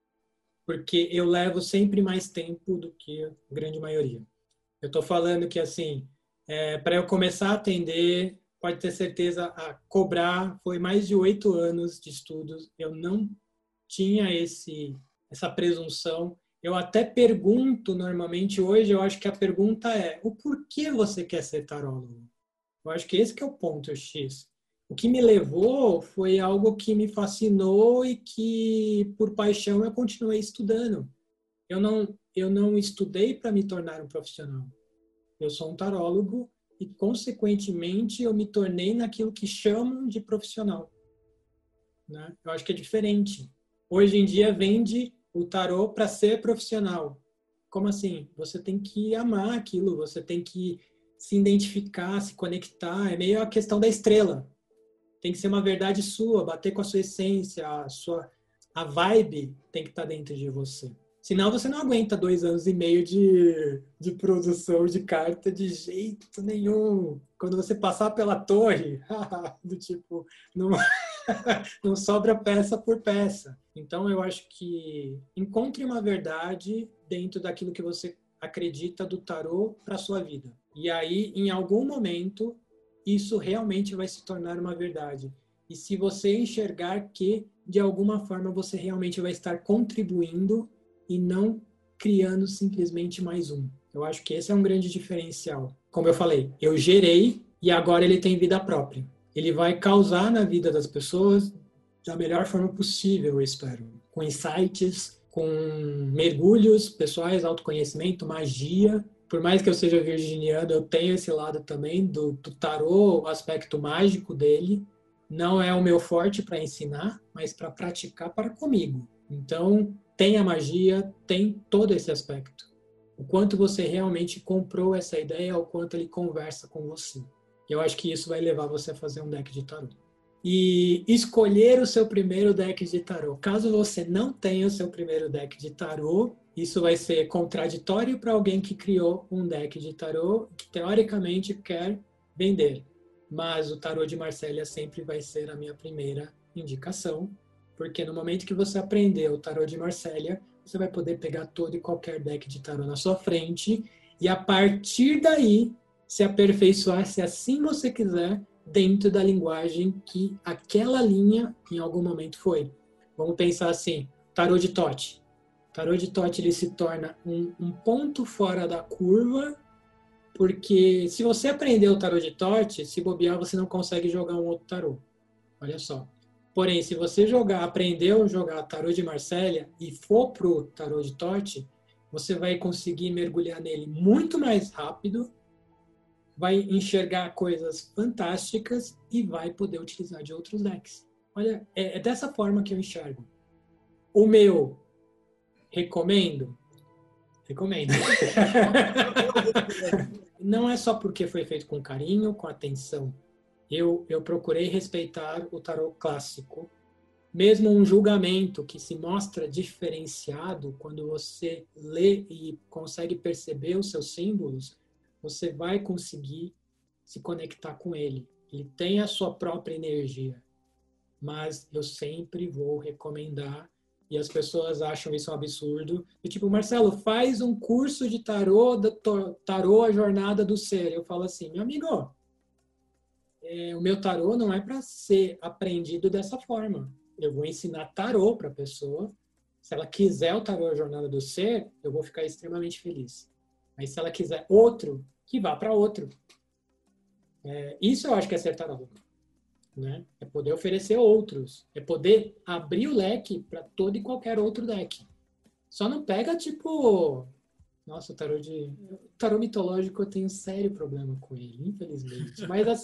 porque eu levo sempre mais tempo do que a grande maioria. Eu estou falando que, assim, é, para eu começar a atender, pode ter certeza, a cobrar, foi mais de oito anos de estudos. Eu não tinha esse, essa presunção. Eu até pergunto normalmente, hoje eu acho que a pergunta é, o porquê você quer ser tarólogo? Eu acho que esse que é o ponto X. O que me levou foi algo que me fascinou e que, por paixão, eu continuei estudando. Eu não, eu não estudei para me tornar um profissional. Eu sou um tarólogo e, consequentemente, eu me tornei naquilo que chamam de profissional. Né? Eu acho que é diferente. Hoje em dia vende o tarô para ser profissional. Como assim? Você tem que amar aquilo, você tem que se identificar, se conectar. É meio a questão da estrela. Tem que ser uma verdade sua, bater com a sua essência, a sua a vibe tem que estar dentro de você. Senão você não aguenta dois anos e meio de, de produção de carta de jeito nenhum. Quando você passar pela torre, do tipo, não, não sobra peça por peça. Então eu acho que encontre uma verdade dentro daquilo que você acredita do tarô para a sua vida. E aí, em algum momento, isso realmente vai se tornar uma verdade. E se você enxergar que, de alguma forma, você realmente vai estar contribuindo e não criando simplesmente mais um. Eu acho que esse é um grande diferencial. Como eu falei, eu gerei e agora ele tem vida própria. Ele vai causar na vida das pessoas da melhor forma possível, eu espero. Com insights, com mergulhos pessoais, autoconhecimento, magia. Por mais que eu seja virginiano, eu tenho esse lado também do, do tarô, o aspecto mágico dele. Não é o meu forte para ensinar, mas para praticar para comigo. Então, tem a magia, tem todo esse aspecto. O quanto você realmente comprou essa ideia, o quanto ele conversa com você. Eu acho que isso vai levar você a fazer um deck de tarô. E escolher o seu primeiro deck de tarô. Caso você não tenha o seu primeiro deck de tarô, isso vai ser contraditório para alguém que criou um deck de tarô que teoricamente quer vender. Mas o tarô de Marsella sempre vai ser a minha primeira indicação, porque no momento que você aprender o tarô de Marsella, você vai poder pegar todo e qualquer deck de tarô na sua frente e a partir daí se aperfeiçoar, se assim você quiser, dentro da linguagem que aquela linha em algum momento foi. Vamos pensar assim, tarô de Tote. Tarô de Tote ele se torna um, um ponto fora da curva, porque se você aprender o tarô de Tote, se bobear, você não consegue jogar um outro tarô. Olha só. Porém, se você jogar, aprendeu a jogar tarô de Marsella e for pro tarô de Tote, você vai conseguir mergulhar nele muito mais rápido, vai enxergar coisas fantásticas e vai poder utilizar de outros decks. Olha, é, é dessa forma que eu enxergo. O meu, recomendo? Recomendo. Não é só porque foi feito com carinho, com atenção. Eu, eu procurei respeitar o tarô clássico. Mesmo um julgamento que se mostra diferenciado, quando você lê e consegue perceber os seus símbolos, você vai conseguir se conectar com ele. Ele tem a sua própria energia. Mas eu sempre vou recomendar, e as pessoas acham isso um absurdo, e tipo, Marcelo, faz um curso de tarô, tarô a jornada do ser. Eu falo assim, meu amigo, é, o meu tarô não é para ser aprendido dessa forma. Eu vou ensinar tarô para a pessoa. Se ela quiser o tarô a jornada do ser, eu vou ficar extremamente feliz. Mas se ela quiser outro, que vá para outro. É, isso eu acho que é ser tarólogo, né? É poder oferecer outros. É poder abrir o leque para todo e qualquer outro deck. Só não pega, tipo... Nossa, o tarô de... O tarô mitológico eu tenho um sério problema com ele, infelizmente. Mas assim,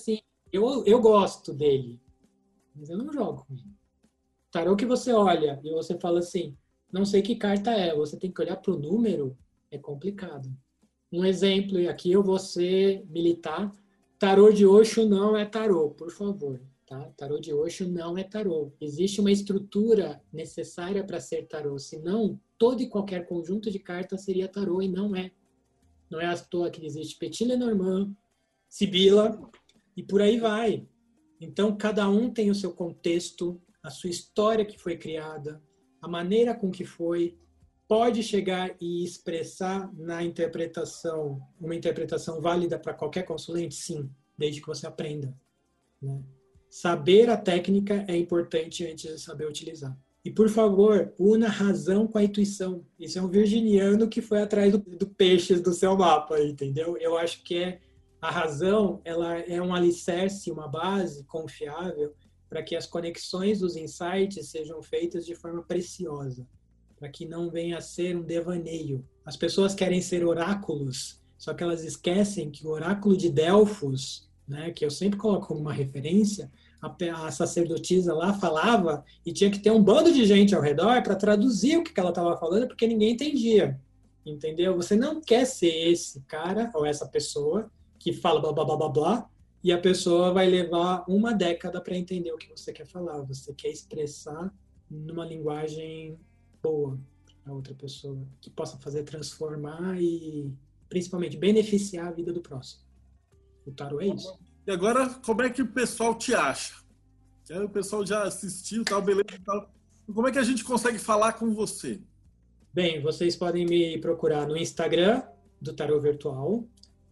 Eu, eu gosto dele, mas eu não jogo com ele. Tarô que você olha e você fala assim, não sei que carta é, você tem que olhar para o número, é complicado. Um exemplo, e aqui eu vou ser militar, tarô de Osho não é tarô, por favor. Tá? Tarô de Osho não é tarô. Existe uma estrutura necessária para ser tarô, senão todo e qualquer conjunto de cartas seria tarô e não é. Não é à toa que existe Petit Lenormand, Sibila e por aí vai. Então, cada um tem o seu contexto, a sua história que foi criada, a maneira com que foi, pode chegar e expressar na interpretação, uma interpretação válida para qualquer consulente? Sim, desde que você aprenda, né? Saber a técnica é importante antes de saber utilizar. E, por favor, una razão com a intuição. Isso é um virginiano que foi atrás do, do peixes do seu mapa, entendeu? Eu acho que é, a razão ela é um alicerce, uma base confiável para que as conexões dos insights sejam feitas de forma preciosa, para que não venha a ser um devaneio. As pessoas querem ser oráculos, só que elas esquecem que o oráculo de Delfos, né, que eu sempre coloco como uma referência, a, a sacerdotisa lá falava e tinha que ter um bando de gente ao redor para traduzir o que ela estava falando, porque ninguém entendia, entendeu? Você não quer ser esse cara ou essa pessoa que fala blá, blá, blá, blá, blá, e a pessoa vai levar uma década para entender o que você quer falar. Você quer expressar numa linguagem boa para outra pessoa, que possa fazer transformar e, principalmente, beneficiar a vida do próximo. O tarô é isso. E agora, como é que o pessoal te acha? O pessoal já assistiu, tal, beleza, tal. Como é que a gente consegue falar com você? Bem, vocês podem me procurar no Instagram do Tarô Virtual,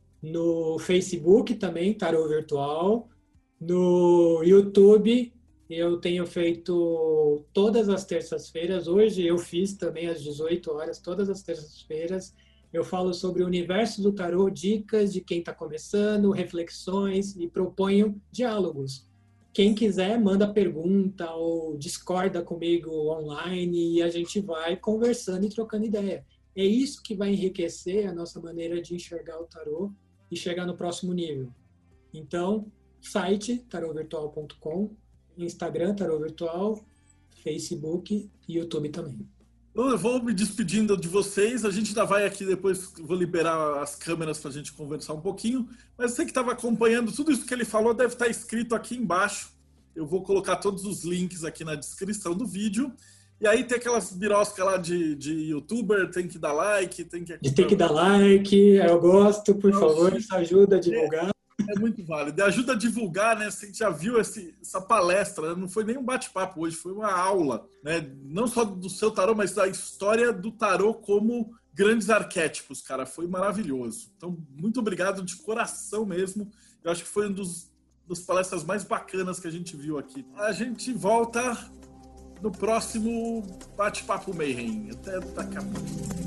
no Facebook também, Tarô Virtual, no YouTube. Eu tenho feito todas as terças-feiras. Hoje eu fiz também às dezoito horas, todas as terças-feiras. Eu falo sobre o universo do tarô, dicas de quem está começando, reflexões e proponho diálogos. Quem quiser, manda pergunta ou discorda comigo online e a gente vai conversando e trocando ideia. É isso que vai enriquecer a nossa maneira de enxergar o tarô e chegar no próximo nível. Então, site tarô virtual ponto com, Instagram Tarô Virtual, Facebook e YouTube também. Eu vou me despedindo de vocês. A gente ainda vai aqui depois, vou liberar as câmeras para a gente conversar um pouquinho. Mas você que estava acompanhando, tudo isso que ele falou deve estar escrito aqui embaixo. Eu vou colocar todos os links aqui na descrição do vídeo. E aí tem aquelas biroscas lá de, de youtuber, tem que dar like, tem que... Tem que dar like, eu gosto, por Nossa. favor, isso ajuda a divulgar. É, é muito válido. Ajuda a divulgar, né? Você já viu esse, essa palestra, não foi nem um bate-papo hoje, foi uma aula, né? Não só do seu tarô, mas da história do tarô como grandes arquétipos, cara. Foi maravilhoso. Então, muito obrigado de coração mesmo. Eu acho que foi um dos das palestras mais bacanas que a gente viu aqui. A gente volta no próximo Bate-Papo Mayhem. Até daqui a pouco.